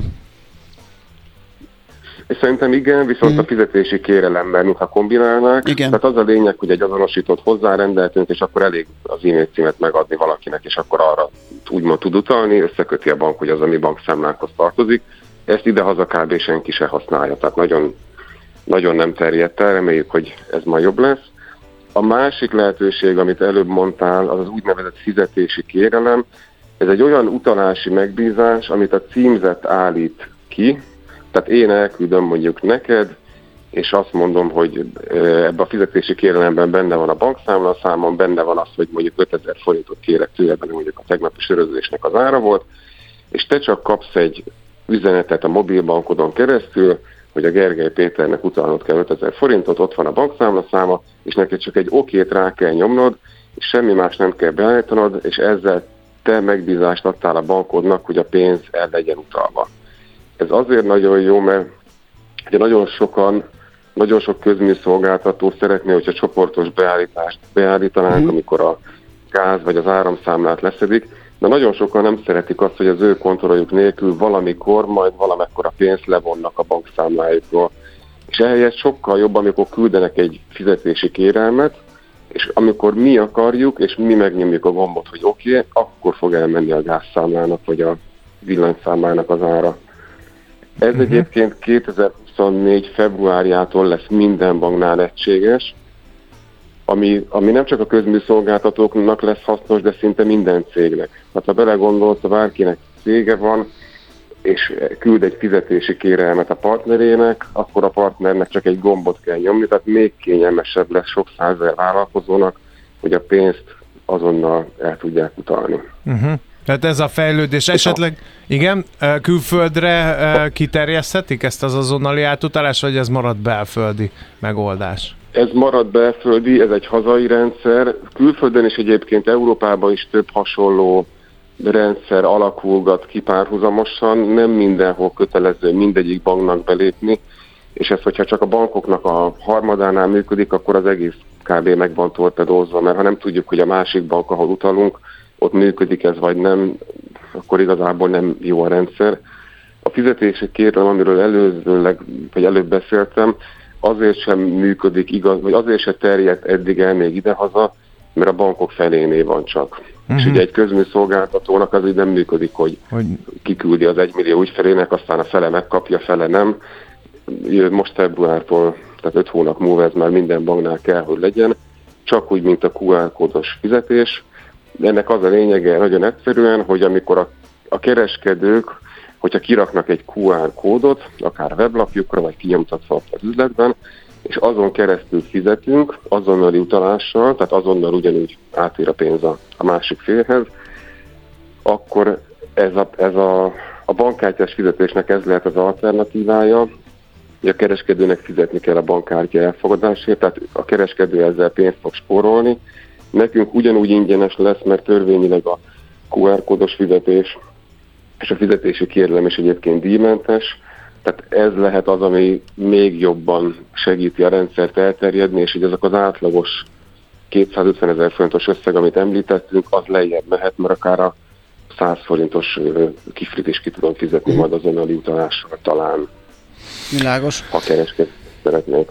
Speaker 9: És szerintem igen, viszont mm. a fizetési kérelemben, mintha kombinálnák.
Speaker 6: Igen.
Speaker 9: Tehát az a lényeg, hogy egy azonosítót hozzárendeltünk, és akkor elég az e-mail címet megadni valakinek, és akkor arra úgymond tud utalni, összeköti a bank, hogy az a mi bankszámlánkhoz tartozik. Ezt idehaza kb. Senki se használja, tehát nagyon, nagyon nem terjedt el, reméljük, hogy ez majd jobb lesz. A másik lehetőség, amit előbb mondtál, az az úgynevezett fizetési kérelem. Ez egy olyan utalási megbízás, amit a címzett állít ki. Tehát én elküldöm mondjuk neked, és azt mondom, hogy ebben a fizetési kérelemben benne van a bankszámla számom, benne van az, hogy mondjuk ötezer forintot kérek tőle, mert mondjuk a tegnapi sörözésnek az ára volt, és te csak kapsz egy üzenetet a mobilbankodon keresztül, hogy a Gergely Péternek utalnod kell ötezer forintot, ott van a bankszámla száma, és neked csak egy okét rá kell nyomnod, és semmi más nem kell beállítanod, és ezzel te megbízást adtál a bankodnak, hogy a pénz el legyen utalva. Ez azért nagyon jó, mert ugye nagyon sokan, nagyon sok közműszolgáltató szeretné, hogyha csoportos beállítást beállítanánk, mm. amikor a gáz vagy az áramszámlát leszedik, de nagyon sokan nem szeretik azt, hogy az ő kontrolljuk nélkül valamikor, majd valamekkora pénzt levonnak a bankszámlájukról. És ehelyett sokkal jobb, amikor küldenek egy fizetési kérelmet, és amikor mi akarjuk, és mi megnyomjuk a gombot, hogy oké, okay, akkor fog elmenni a gázszámlának, vagy a villanyszámlának az ára. Ez uh-huh. egyébként kétezer-huszonnégy februárjától lesz minden banknál egységes, ami, ami nem csak a közműszolgáltatóknak lesz hasznos, de szinte minden cégnek. Hát ha belegondolsz, ha bárkinek cége van, és küld egy fizetési kérelmet a partnerének, akkor a partnernek csak egy gombot kell nyomni, tehát még kényelmesebb lesz sok százezer vállalkozónak, hogy a pénzt azonnal el tudják utalni.
Speaker 7: Uh-huh. Tehát ez a fejlődés esetleg, igen, külföldre kiterjeszthetik ezt az azonnali átutalást, vagy ez marad belföldi megoldás?
Speaker 9: Ez marad belföldi, ez egy hazai rendszer. Külföldön is egyébként Európában is több hasonló rendszer alakulgat ki párhuzamosan, nem mindenhol kötelező mindegyik banknak belépni, és ez, hogyha csak a bankoknak a harmadánál működik, akkor az egész kb. Meg van torpedózva, mert ha nem tudjuk, hogy a másik bank, ahol utalunk, ott működik ez vagy nem, akkor igazából nem jó a rendszer. A fizetési kérelem, amiről előzőleg, vagy előbb beszéltem, azért sem működik igaz, vagy azért sem terjedt eddig el még idehaza, mert a bankok felénél van csak. Uh-huh. És ugye egy közműszolgáltatónak az így nem működik, hogy, hogy kiküldi az egymillió ügyfelének, aztán a fele megkapja, fele nem. Most februártól, tehát öt hónap múlva ez már minden banknál kell, hogy legyen, csak úgy, mint a kú ár kódos fizetés. Ennek az a lényege nagyon egyszerűen, hogy amikor a, a kereskedők, hogyha kiraknak egy kú ár kódot, akár weblapjukra, vagy kinyomtatva az üzletben, és azon keresztül fizetünk, azonnali utalással, tehát azonnal ugyanúgy átér a pénz a, a másik félhez, akkor ez, a, ez a, a bankkártyás fizetésnek ez lehet az alternatívája, hogy a kereskedőnek fizetni kell a bankkártya elfogadásért, tehát a kereskedő ezzel pénzt fog spórolni. Nekünk ugyanúgy ingyenes lesz, mert törvényileg a kú ár kódos fizetés és a fizetési kérelem is egyébként díjmentes, tehát ez lehet az, ami még jobban segíti a rendszert elterjedni, és hogy ezek az átlagos kétszázötvenezer forintos összeg, amit említettünk, az lejjebb mehet, mert akár a száz forintos kiflit is ki tudom fizetni majd azonnali utalással talán.
Speaker 6: Világos.
Speaker 9: Ha kereskedni szeretnék.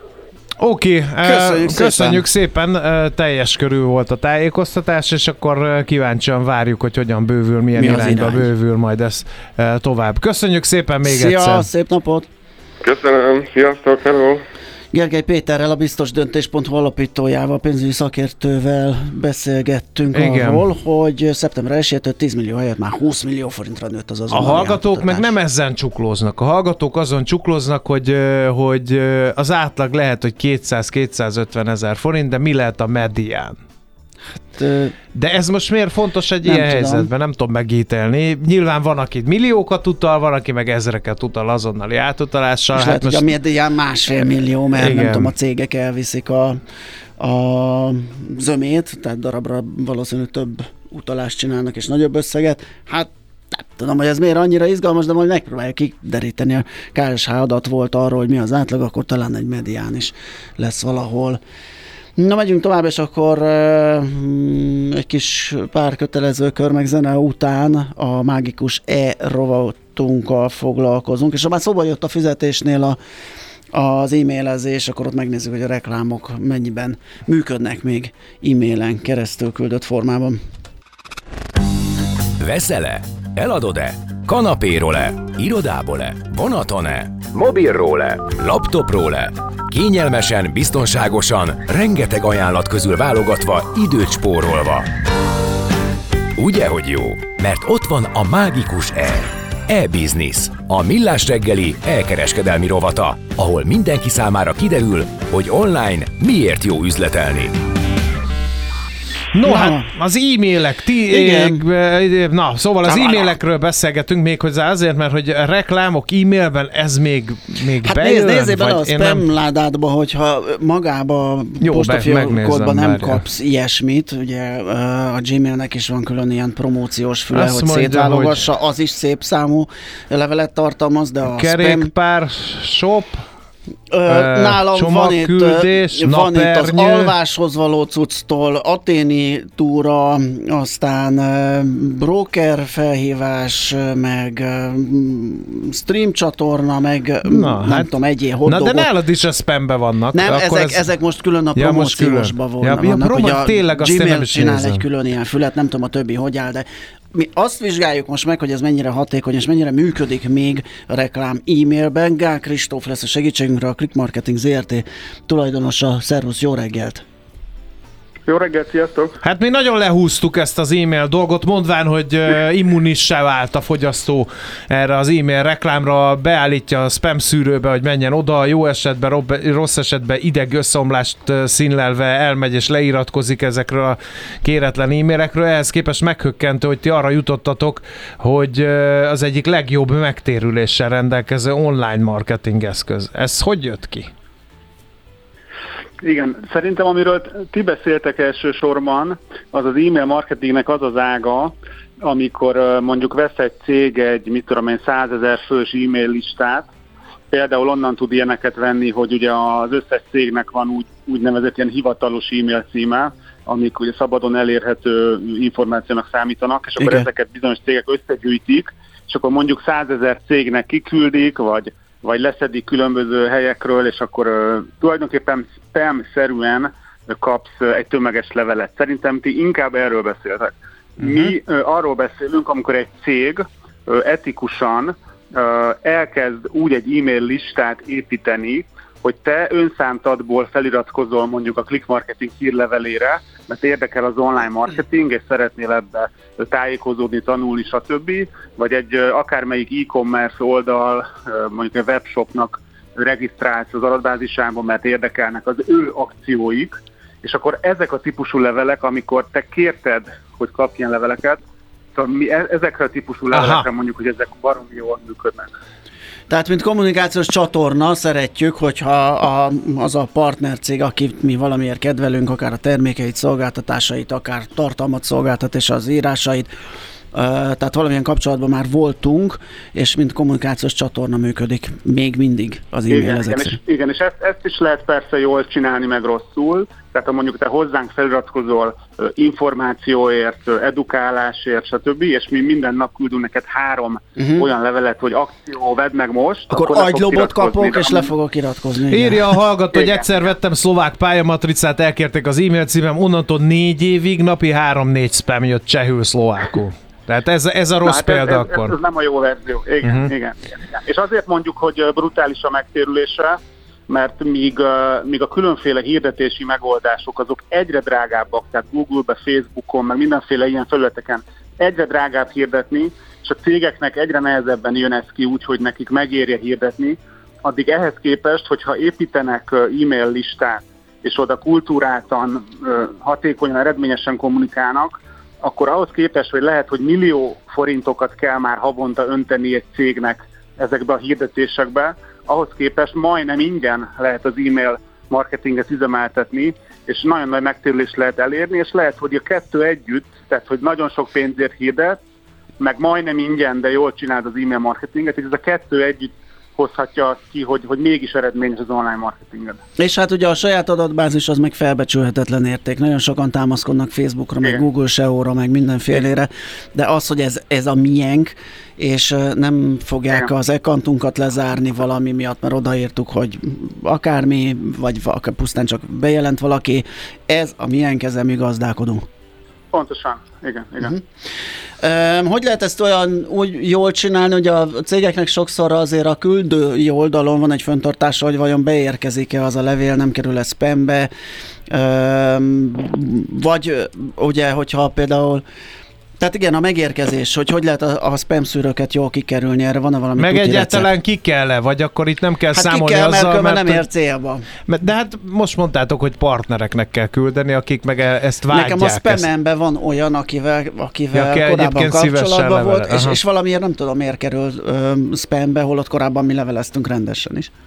Speaker 7: Oké, okay, köszönjük, köszönjük szépen. szépen, teljes körül volt a tájékoztatás, és akkor kíváncsian várjuk, hogy hogyan bővül, milyen Mi irányba irány? bővül majd ez tovább. Köszönjük szépen még
Speaker 6: Szia,
Speaker 7: egyszer.
Speaker 6: Szép napot!
Speaker 9: Köszönöm, sziasztok, hello!
Speaker 6: Gergely Péterrel, a biztos döntés pont hu alapítójával, pénzügyi szakértővel beszélgettünk Igen. arról, hogy szeptember elsejétől tíz millió helyett már húsz millió forintra nőtt az azonnali
Speaker 7: A hallgatók
Speaker 6: átadás.
Speaker 7: meg nem ezen csuklóznak. A hallgatók azon csuklóznak, hogy, hogy az átlag lehet, hogy kétszáz-kétszázötven ezer forint, de mi lehet a medián? Hát, de ez most miért fontos egy ilyen tudom. helyzetben? Nem tudom megítelni. Nyilván van, aki milliókat utal, van, aki meg ezreket utal azonnali átutalással.
Speaker 6: És
Speaker 7: hát
Speaker 6: lehet,
Speaker 7: most...
Speaker 6: hogy a médián másfél millió, mert Igen. nem tudom, a cégek elviszik a, a zömét, tehát darabra valószínűleg több utalást csinálnak, és nagyobb összeget. Hát tudom, hogy ez miért annyira izgalmas, de majd megpróbáljuk kideríteni. A ká es há adat volt arról, hogy mi az átlag, akkor talán egy medián is lesz valahol. Na, megyünk tovább, és akkor uh, egy kis pár kötelező kör meg zene után a mágikus e-rovatunkkal foglalkozunk, és ha már szóba jött a fizetésnél a, az e-mailezés, akkor ott megnézzük, hogy a reklámok mennyiben működnek még e-mailen keresztül küldött formában.
Speaker 1: Veszel-e? Eladod-e? Kanapéról-e? Irodából-e? Vonaton-e? Mobilról-e? Laptopról-e? Kényelmesen, biztonságosan, rengeteg ajánlat közül válogatva, időt spórolva. Ugye, hogy jó? Mert ott van a mágikus E. E-Business, a millás reggeli elkereskedelmi rovata, ahol mindenki számára kiderül, hogy online miért jó üzletelni.
Speaker 7: No, na, hát az e-mailek, ti, é, na, szóval az e-mailekről beszélgetünk még hozzá azért, mert hogy reklámok e-mailben ez még, még hát bejön?
Speaker 6: Hát nézzél bele a spam
Speaker 7: nem...
Speaker 6: ládádba, hogyha magába postafiókodban nem várjál. Kapsz ilyesmit, ugye a Gmailnek is van külön ilyen promóciós füle, azt hogy mondja, szétválogassa, hogy az is szép számú levelet tartalmaz, de a
Speaker 7: kerékpár
Speaker 6: spam...
Speaker 7: shop...
Speaker 6: Ö, nálam van itt, van itt az alváshoz való cucctól, aténi túra, aztán broker felhívás, meg stream csatorna, meg
Speaker 7: na,
Speaker 6: nem
Speaker 7: hát,
Speaker 6: tudom, egyéb hotdogot.
Speaker 7: Na de nálad is a spambe vannak.
Speaker 6: Nem, ezek, ez... ezek most külön a promóciósban ja, vannak, ja,
Speaker 7: promo-
Speaker 6: hogy a
Speaker 7: tényleg azt
Speaker 6: Gmail
Speaker 7: nem is
Speaker 6: csinál
Speaker 7: nézem.
Speaker 6: Egy külön ilyen fület, nem tudom a többi hogy áll, de mi azt vizsgáljuk most meg, hogy ez mennyire hatékony, és mennyire működik még a reklám e-mailben. Gál Kristóf lesz a segítségünkre, a Click Marketing zé er té tulajdonosa. Szervusz, jó reggelt!
Speaker 10: Jó reggelt, sziasztok!
Speaker 7: Hát mi nagyon lehúztuk ezt az e-mail dolgot, mondván, hogy uh, immunissá vált a fogyasztó erre az e-mail reklámra, beállítja a spam szűrőbe, hogy menjen oda, jó esetben, rossz esetben ideg összeomlást színlelve elmegy és leiratkozik ezekről a kéretlen e-mailekről. Ehhez képest meghökkentő, hogy ti arra jutottatok, hogy uh, az egyik legjobb megtérüléssel rendelkező online marketing eszköz. Ez hogy jött ki?
Speaker 10: Igen, szerintem amiről ti beszéltek elsősorban, az az e-mail marketingnek az az ága, amikor mondjuk vesz egy cég egy, mit tudom én, százezer fős e-mail listát, például onnan tud ilyeneket venni, hogy ugye az összes cégnek van úgy, úgynevezett ilyen hivatalos e-mail címe, amik ugye szabadon elérhető információnak számítanak, és akkor igen, ezeket bizonyos cégek összegyűjtik, és akkor mondjuk százezer cégnek kiküldik, vagy vagy leszedik különböző helyekről, és akkor uh, tulajdonképpen spam-szerűen kapsz uh, egy tömeges levelet. Szerintem ti inkább erről beszéltek. Uh-huh. Mi uh, arról beszélünk, amikor egy cég uh, etikusan uh, elkezd úgy egy e-mail listát építeni, hogy te önszántadból feliratkozol mondjuk a Click Marketing hírlevelére, mert érdekel az online marketing, és szeretnél ebbe tájékozódni, tanulni, stb. Vagy egy akármelyik e-commerce oldal, mondjuk egy webshopnak regisztrálsz az adatbázisában, mert érdekelnek az ő akcióik, és akkor ezek a típusú levelek, amikor te kérted, hogy kapj ilyen leveleket, szóval mi ezekre a típusú levelekre mondjuk, hogy ezek baromi jól működnek.
Speaker 6: Tehát, mint kommunikációs csatorna szeretjük, hogyha a, az a partnercég, akit mi valamiért kedvelünk, akár a termékeit, szolgáltatásait, akár tartalmat szolgáltat és az írásait, tehát valamilyen kapcsolatban már voltunk, és mint kommunikációs csatorna működik még mindig az e-mail
Speaker 10: igen,
Speaker 6: ezek
Speaker 10: igen, és, igen, és ezt, ezt is lehet persze jól csinálni, meg rosszul. Tehát ha mondjuk te hozzánk feliratkozol információért, edukálásért, stb., és mi minden nap küldünk neked három uh-huh. olyan levelet, hogy akció, vedd meg most.
Speaker 6: Akkor, akkor agylobot kapok, és le fogok iratkozni. Igen.
Speaker 7: Írja a hallgató, hogy egyszer vettem szlovák pályamatricát, elkérték az e-mail címem, onnantól négy évig napi három-négy spam jött csehül, szlovákul. Tehát ez, ez a rossz hát példa
Speaker 10: ez,
Speaker 7: akkor.
Speaker 10: Ez, ez nem a jó verzió. Igen, uh-huh. igen, igen, igen. És azért mondjuk, hogy brutális a megtérülése, mert míg, míg a különféle hirdetési megoldások azok egyre drágábbak, tehát Google-be, Facebookon, meg mindenféle ilyen felületeken egyre drágább hirdetni, és a cégeknek egyre nehezebben jön ez ki úgy, hogy nekik megérje hirdetni, addig ehhez képest, hogyha építenek e-mail listát, és oda kultúráltan, hatékonyan, eredményesen kommunikálnak, akkor ahhoz képest, hogy lehet, hogy millió forintokat kell már havonta önteni egy cégnek ezekbe a hirdetésekbe, ahhoz képest majdnem ingyen lehet az e-mail marketinget üzemeltetni, és nagyon nagy megtérülést lehet elérni, és lehet, hogy a kettő együtt, tehát hogy nagyon sok pénzért hirdet, meg majdnem ingyen, de jól csináld az e-mail marketinget, és ez a kettő együtt hozhatja azt ki, hogy, hogy mégis eredményes az online marketinged.
Speaker 6: És hát ugye a saját adatbázis az meg felbecsülhetetlen érték. Nagyon sokan támaszkodnak Facebookra, meg Google es e o-ra, meg mindenfélére, de az, hogy ez, ez a miénk, és nem fogják Igen. az accountunkat lezárni valami miatt, mert odaírtuk, hogy akármi, vagy akár pusztán csak bejelent valaki, ez a miénk, ezzel mi gazdálkodunk.
Speaker 10: Pontosan, igen, igen.
Speaker 6: Uh-huh. Hogy lehet ezt olyan úgy jól csinálni, hogy a cégeknek sokszor azért a küldői oldalon van egy fenntartása, hogy vajon beérkezik-e az a levél, nem kerül-e spambe, vagy ugye, hogyha például Tehát igen, a megérkezés, hogy hogy lehet a, a spam szűrőket jól kikerülni, erre van-e valami
Speaker 7: meg
Speaker 6: tuti
Speaker 7: egyáltalán
Speaker 6: recept?
Speaker 7: ki kell-e, vagy akkor itt nem kell
Speaker 6: hát
Speaker 7: számolni
Speaker 6: ki kell,
Speaker 7: azzal,
Speaker 6: mert,
Speaker 7: mert...
Speaker 6: mert nem ér célba.
Speaker 7: De hát most mondtátok, hogy partnereknek kell küldeni, akik meg ezt vágyják.
Speaker 6: Nekem a spamemben van olyan, akivel, akivel
Speaker 7: ja,
Speaker 6: korábban kapcsolatban volt, és,
Speaker 7: Aha.
Speaker 6: és valamiért nem tudom, miért kerül ö, spambe, holott korábban mi leveleztünk rendesen is.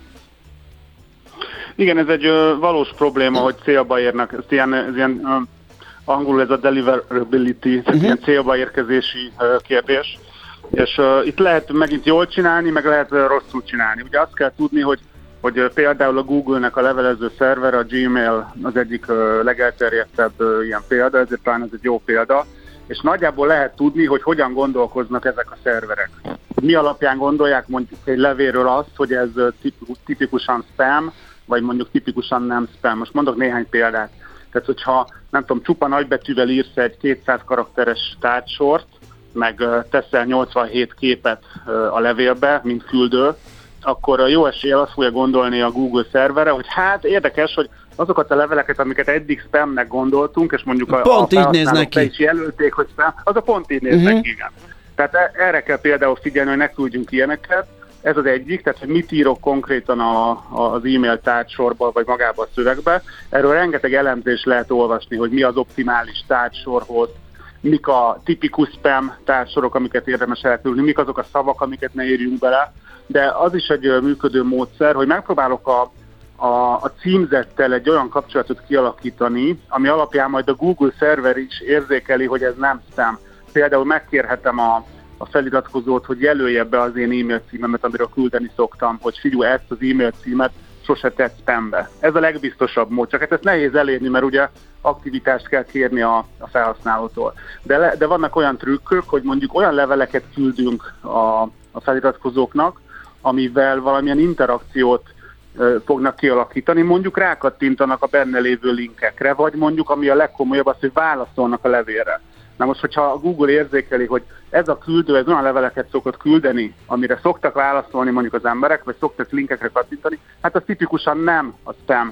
Speaker 10: Igen, ez egy ö, valós probléma, hogy célba érnek. Ez ilyen, ez ilyen ö, angolul ez a deliverability, uh-huh. ez ilyen célba érkezési ö, kérdés. És ö, itt lehet megint jól csinálni, meg lehet ö, rosszul csinálni. Ugye azt kell tudni, hogy, hogy ö, például a Google-nek a levelező szerver, a Gmail az egyik ö, legelterjedtebb ö, ilyen példa, ezért talán ez egy jó példa. És nagyjából lehet tudni, hogy hogyan gondolkoznak ezek a szerverek. Mi alapján gondolják mondjuk egy levélről azt, hogy ez tipikusan spam, vagy mondjuk tipikusan nem spam. Most mondok néhány példát. Tehát, hogyha nem tudom, csupa nagybetűvel írsz egy kétszáz karakteres tárgysort, meg teszel nyolcvanhét képet a levélbe, mint küldő, akkor jó eséllyel azt fogja gondolni a Google szervere, hogy hát érdekes, hogy azokat a leveleket, amiket eddig spamnek gondoltunk, és mondjuk a,
Speaker 6: pont
Speaker 10: a
Speaker 6: így néznek ki.
Speaker 10: is jelölték, hogy spam, az a pont így néznek
Speaker 6: uh-huh.
Speaker 10: ki, igen. Tehát erre kell például figyelni, hogy ne küldjünk ilyeneket. Ez az egyik, tehát hogy mit írok konkrétan a, a, az e-mail tárgysorba, vagy magába a szövegbe. Erről rengeteg elemzés lehet olvasni, hogy mi az optimális tárgysorhoz, mik a tipikus spam tárgysorok, amiket érdemes elküldni, mik azok a szavak, amiket ne írjunk bele. De az is egy működő módszer, hogy megpróbálok a, a, a címzettel egy olyan kapcsolatot kialakítani, ami alapján majd a Google szerver is érzékeli, hogy ez nem spam. Például megkérhetem a a feliratkozót, hogy jelölje be az én e-mail címemet, amiről küldeni szoktam, hogy figyelj, ezt az e-mail címet sose tett spambe. Ez a legbiztosabb mód, csak hát ezt nehéz elérni, mert ugye aktivitást kell kérni a, a felhasználótól. De, le, de vannak olyan trükkök, hogy mondjuk olyan leveleket küldünk a, a feliratkozóknak, amivel valamilyen interakciót ö, fognak kialakítani, mondjuk rákattintanak a benne lévő linkekre, vagy mondjuk, ami a legkomolyabb, az, hogy válaszolnak a levélre. Na most, hogyha a Google érzékeli, hogy ez a küldő, ez olyan leveleket szokott küldeni, amire szoktak válaszolni mondjuk az emberek, vagy szoktak linkekre kattintani, hát az tipikusan nem a spam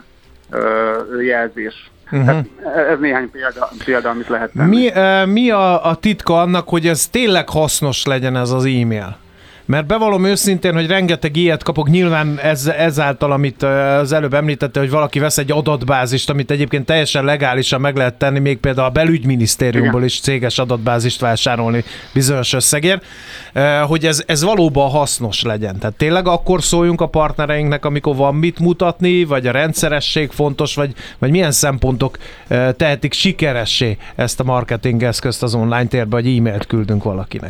Speaker 10: ö, jelzés. Uh-huh. Hát ez néhány példa, példa amit lehet tenni.
Speaker 7: Mi, uh, mi a, a titka annak, hogy ez tényleg hasznos legyen ez az e-mail? Mert bevallom őszintén, hogy rengeteg ilyet kapok, nyilván ez, ezáltal, amit az előbb említette, hogy valaki vesz egy adatbázist, amit egyébként teljesen legálisan meg lehet tenni, még például a belügyminisztériumból is céges adatbázist vásárolni bizonyos összegért, hogy ez, ez valóban hasznos legyen. Tehát tényleg akkor szóljunk a partnereinknek, amikor van mit mutatni, vagy a rendszeresség fontos, vagy, vagy milyen szempontok tehetik sikeressé ezt a marketing eszközt az online térbe, hogy e-mailt küldünk valakinek.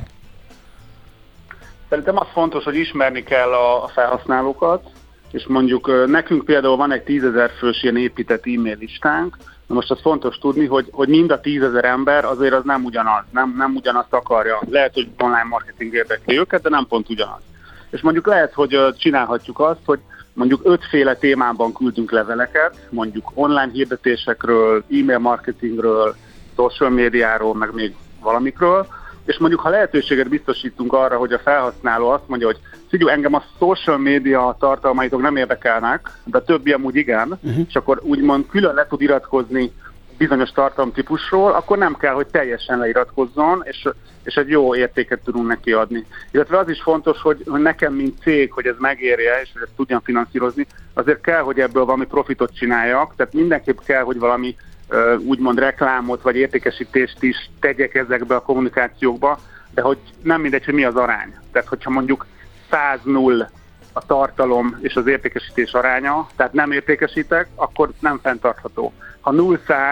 Speaker 10: Szerintem az fontos, hogy ismerni kell a, a felhasználókat, és mondjuk nekünk például van egy tízezer fős ilyen épített e-mail listánk, na most az fontos tudni, hogy, hogy mind a tízezer ember azért az nem ugyanaz, nem, nem ugyanazt akarja. Lehet, hogy online marketing érdekli őket, de nem pont ugyanaz. És mondjuk lehet, hogy csinálhatjuk azt, hogy mondjuk ötféle témában küldünk leveleket, mondjuk online hirdetésekről, e-mail marketingről, social médiáról, meg még valamikről, és mondjuk, ha lehetőséget biztosítunk arra, hogy a felhasználó azt mondja, hogy figyelj, engem a social média tartalmaitok nem érdekelnek, de a többi amúgy igen, uh-huh. és akkor úgymond külön le tud iratkozni bizonyos tartalomtípusról, akkor nem kell, hogy teljesen leiratkozzon, és, és egy jó értéket tudunk neki adni. Illetve az is fontos, hogy, hogy nekem, mint cég, hogy ez megérje, és hogy ezt tudjam finanszírozni, azért kell, hogy ebből valami profitot csináljak, tehát mindenképp kell, hogy valami úgymond reklámot vagy értékesítést is tegyek ezekbe a kommunikációkba, de hogy nem mindegy, hogy mi az arány. Tehát, hogyha mondjuk száz null a tartalom és az értékesítés aránya, tehát nem értékesítek, akkor nem fenntartható. Ha null száz,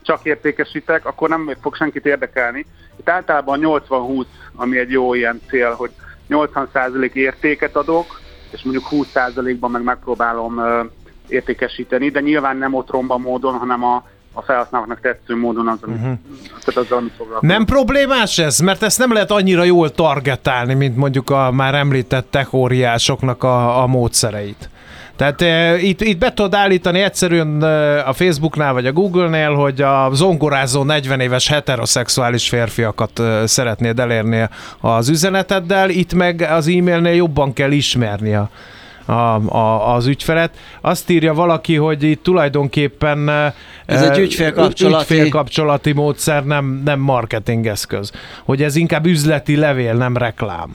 Speaker 10: csak értékesítek, akkor nem fog senkit érdekelni. Itt általában nyolcvan húsz, ami egy jó ilyen cél, hogy nyolcvan százalék értéket adok, és mondjuk húsz százalékban meg megpróbálom uh, értékesíteni, de nyilván nem otromba módon, hanem a, a felhasználóknak tetsző módon az, amit, uh-huh. tehát azzal, amit foglalkozom.
Speaker 7: Nem problémás ez? Mert ezt nem lehet annyira jól targetálni, mint mondjuk a már említett tech óriásoknak a, a módszereit. Tehát e, itt, itt be tudod állítani egyszerűen e, a Facebooknál vagy a Google-nél, hogy a zongorázó negyven éves heteroszexuális férfiakat e, szeretnéd elérni az üzeneteddel, itt meg az e-mailnél jobban kell ismerni a, a, a, az ügyfelet. Azt írja valaki, hogy itt tulajdonképpen e,
Speaker 6: ez egy ügyfélkapcsolati...
Speaker 7: ügyfélkapcsolati módszer, nem, nem marketing eszköz. Hogy ez inkább üzleti levél, nem reklám.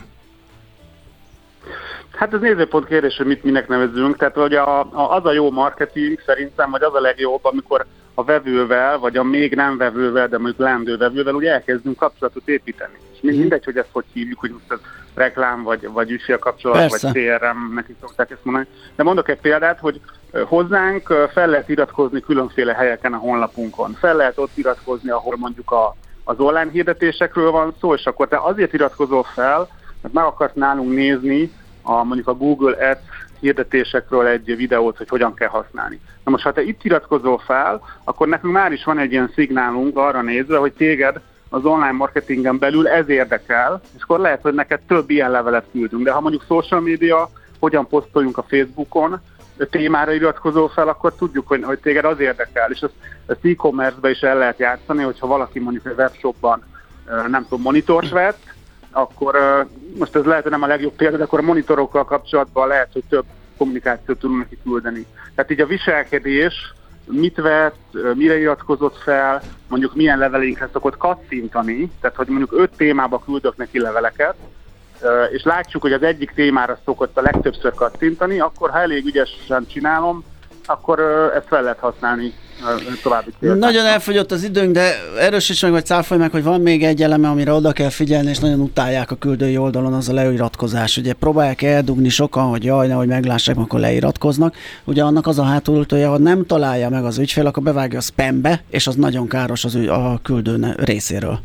Speaker 10: Hát ez nézőpont kérdés, hogy mit minek nevezünk. Tehát hogy a, a, az a jó marketing szerintem, vagy az a legjobb, amikor a vevővel, vagy a még nem vevővel, de mondjuk leendő vevővel úgy elkezdünk kapcsolatot építeni. És mindegy, hogy ezt hogy hívjuk, hogy most ez reklám, vagy, vagy ügyfélkapcsolat,
Speaker 6: Persze.
Speaker 10: vagy cé er em, neki szokták ezt mondani. De mondok egy példát, hogy hozzánk fel lehet iratkozni különféle helyeken a honlapunkon. Fel lehet ott iratkozni, ahol mondjuk a, az online hirdetésekről van szó, és akkor te azért iratkozol fel, mert meg akarsz nálunk nézni, a, mondjuk a Google Ads hirdetésekről egy videót, hogy hogyan kell használni. Na most, ha te itt iratkozol fel, akkor nekünk már is van egy ilyen szignálunk arra nézve, hogy téged az online marketingen belül ez érdekel, és akkor lehet, hogy neked több ilyen levelet küldünk. De ha mondjuk social media, hogyan posztoljunk a Facebookon, témára iratkozol fel, akkor tudjuk, hogy, hogy téged az érdekel. És ezt, ezt e-commerce-be is el lehet játszani, hogyha valaki mondjuk egy webshopban nem tudom, monitort vett, akkor most ez lehet, hogy nem a legjobb példa, de akkor a monitorokkal kapcsolatban lehet, hogy több kommunikációt tudunk neki küldeni. Tehát így a viselkedés, mit vett, mire iratkozott fel, mondjuk milyen leveleinkhez szokott kattintani, tehát hogy mondjuk öt témába küldök neki leveleket, és látjuk, hogy az egyik témára szokott a legtöbbször kattintani, akkor ha elég ügyesen csinálom, akkor ezt fel lehet használni további céltársa.
Speaker 6: Nagyon elfogyott az időnk, de erősíts meg, vagy cáfolj meg, hogy van még egy eleme, amire oda kell figyelni, és nagyon utálják a küldői oldalon, az a leiratkozás. Ugye próbálják eldugni sokan, hogy jaj, nehogy meglássák, akkor leiratkoznak. Ugye annak az a hátulütője, ha nem találja meg az ügyfél, akkor bevágja a spambe, és az nagyon káros az ügy, a küldő részéről.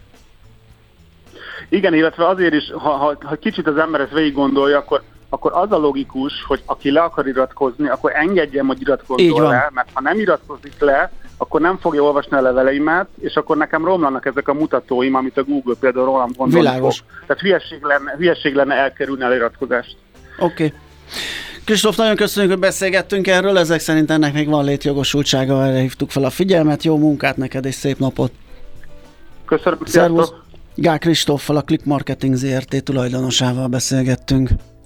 Speaker 10: Igen, illetve azért is, ha, ha, ha kicsit az ember ezt végig gondolja, akkor akkor az a logikus, hogy aki le akar iratkozni, akkor engedjem, hogy iratkozzon le, mert ha nem iratkozik le, akkor nem fogja olvasni a leveleimet, és akkor nekem romlanak ezek a mutatóim, amit a Google például rólam gondolni fog. Tehát hülyeség lenne, hülyeség lenne elkerülni a iratkozást.
Speaker 6: Oké. Okay. Kristóf, nagyon köszönjük, hogy beszélgettünk erről, ezek szerint ennek még van létjogosultsága, erre hívtuk fel a figyelmet, jó munkát neked és szép napot!
Speaker 10: Köszönöm,
Speaker 6: szervusz! Gál Kristóffal, a Click Marketing zé er té tulajdonosával beszélgettünk.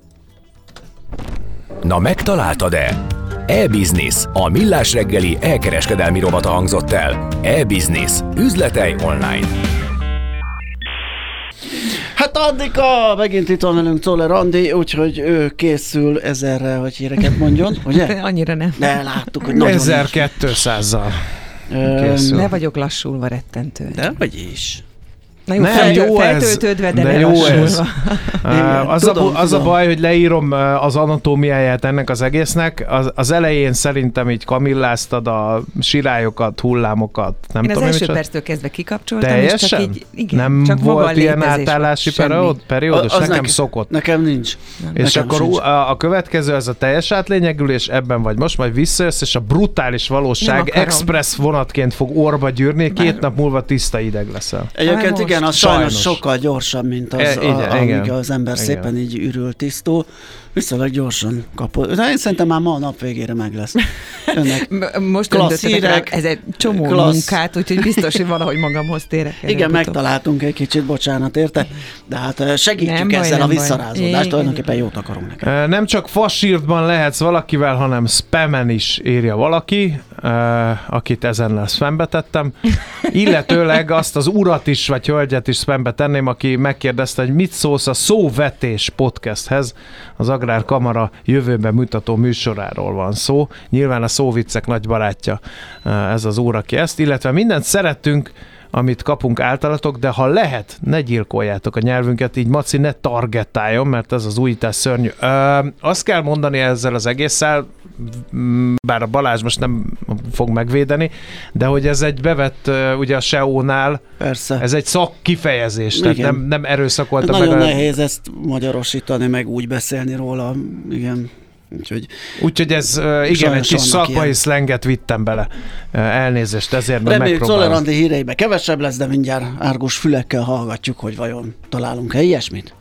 Speaker 1: Na megtaláltad-e? E-Business, a Millás reggeli elkereskedelmi rovata hangzott el. E-Business. Üzletei online.
Speaker 6: Hát Andika, megint itt van velünk Czoller Andi, úgyhogy ő készül ezerre, hogy híreket mondjon, ugye?
Speaker 8: Annyira nem.
Speaker 6: De láttuk, hogy nagyon
Speaker 7: ezerkétszázzal
Speaker 8: készül. Ne vagyok lassulva rettentően.
Speaker 6: De vagy is.
Speaker 8: Na jó, nem, feltö- jó feltöltődve, de, de nem jó ez.
Speaker 7: uh, az, tudom, a, az a baj, hogy leírom az anatómiáját ennek az egésznek. Az, az elején szerintem így kamilláztad a sirályokat, hullámokat. Nem
Speaker 8: én
Speaker 7: tudom,
Speaker 8: az első perctől kezdve kikapcsoltam,
Speaker 7: teljesen?
Speaker 8: És csak így, igen,
Speaker 7: nem
Speaker 8: csak
Speaker 7: volt ilyen átállási periódus? Nekem
Speaker 6: nekem
Speaker 7: szokott.
Speaker 6: Nekem nincs.
Speaker 7: Nem. És nekem akkor sincs. A, a következő az a teljes átlényegülés, ebben vagy most, majd visszajössz, és a brutális valóság express vonatként fog orba gyűrni, két Már... nap múlva tiszta ideg leszel.
Speaker 6: Egyébként igen, az sajnos, sajnos sokkal gyorsabb, mint az, e, igen, a, amíg igen, az ember igen. szépen így ürül, tisztul. Viszonylag gyorsan kapod. De én szerintem már ma a nap végére meg lesz. Önnek
Speaker 8: most döntöttetek ez egy csomó klassz. munkát, úgyhogy biztos, hogy valahogy magamhoz térek.
Speaker 6: Igen, megtaláltunk egy kicsit, bocsánat érte, de hát segítjük nem ezzel baj, a visszarázodást, tulajdonképpen jót akarunk neked.
Speaker 7: Nem csak fasírtban lehetsz valakivel, hanem spamen is írja valaki, akit ezennel spambe tettem. Illetőleg azt az urat is, vagy hölgyet is spambe tenném, aki megkérdezte, hogy mit szólsz a Szóvetés podcasthez. Az Agrár Kamara jövőben mutató műsoráról van szó. Nyilván a szóviccek nagy barátja ez az úr, aki ezt, illetve mindent szerettünk, amit kapunk általatok, de ha lehet, ne gyilkoljátok a nyelvünket, így Maci ne targettáljon, mert ez az újítás szörnyű. Ö, azt kell mondani ezzel az egésszel, bár a Balázs most nem fog megvédeni, de hogy ez egy bevett, ugye a es e o-nál,
Speaker 6: persze.
Speaker 7: Ez egy szakkifejezés, tehát nem, nem erőszakolta
Speaker 6: hát
Speaker 7: meg.
Speaker 6: Nagyon
Speaker 7: a...
Speaker 6: nehéz ezt magyarosítani, meg úgy beszélni róla, igen. Úgyhogy,
Speaker 7: Úgyhogy ez, igen, egy kis szakmai szlenget vittem bele. Elnézést, ezért meg
Speaker 6: Reméljük
Speaker 7: megpróbálom.
Speaker 6: Czoller Andi híreibe kevesebb lesz, de mindjárt árgus fülekkel hallgatjuk, hogy vajon találunk-e ilyesmit.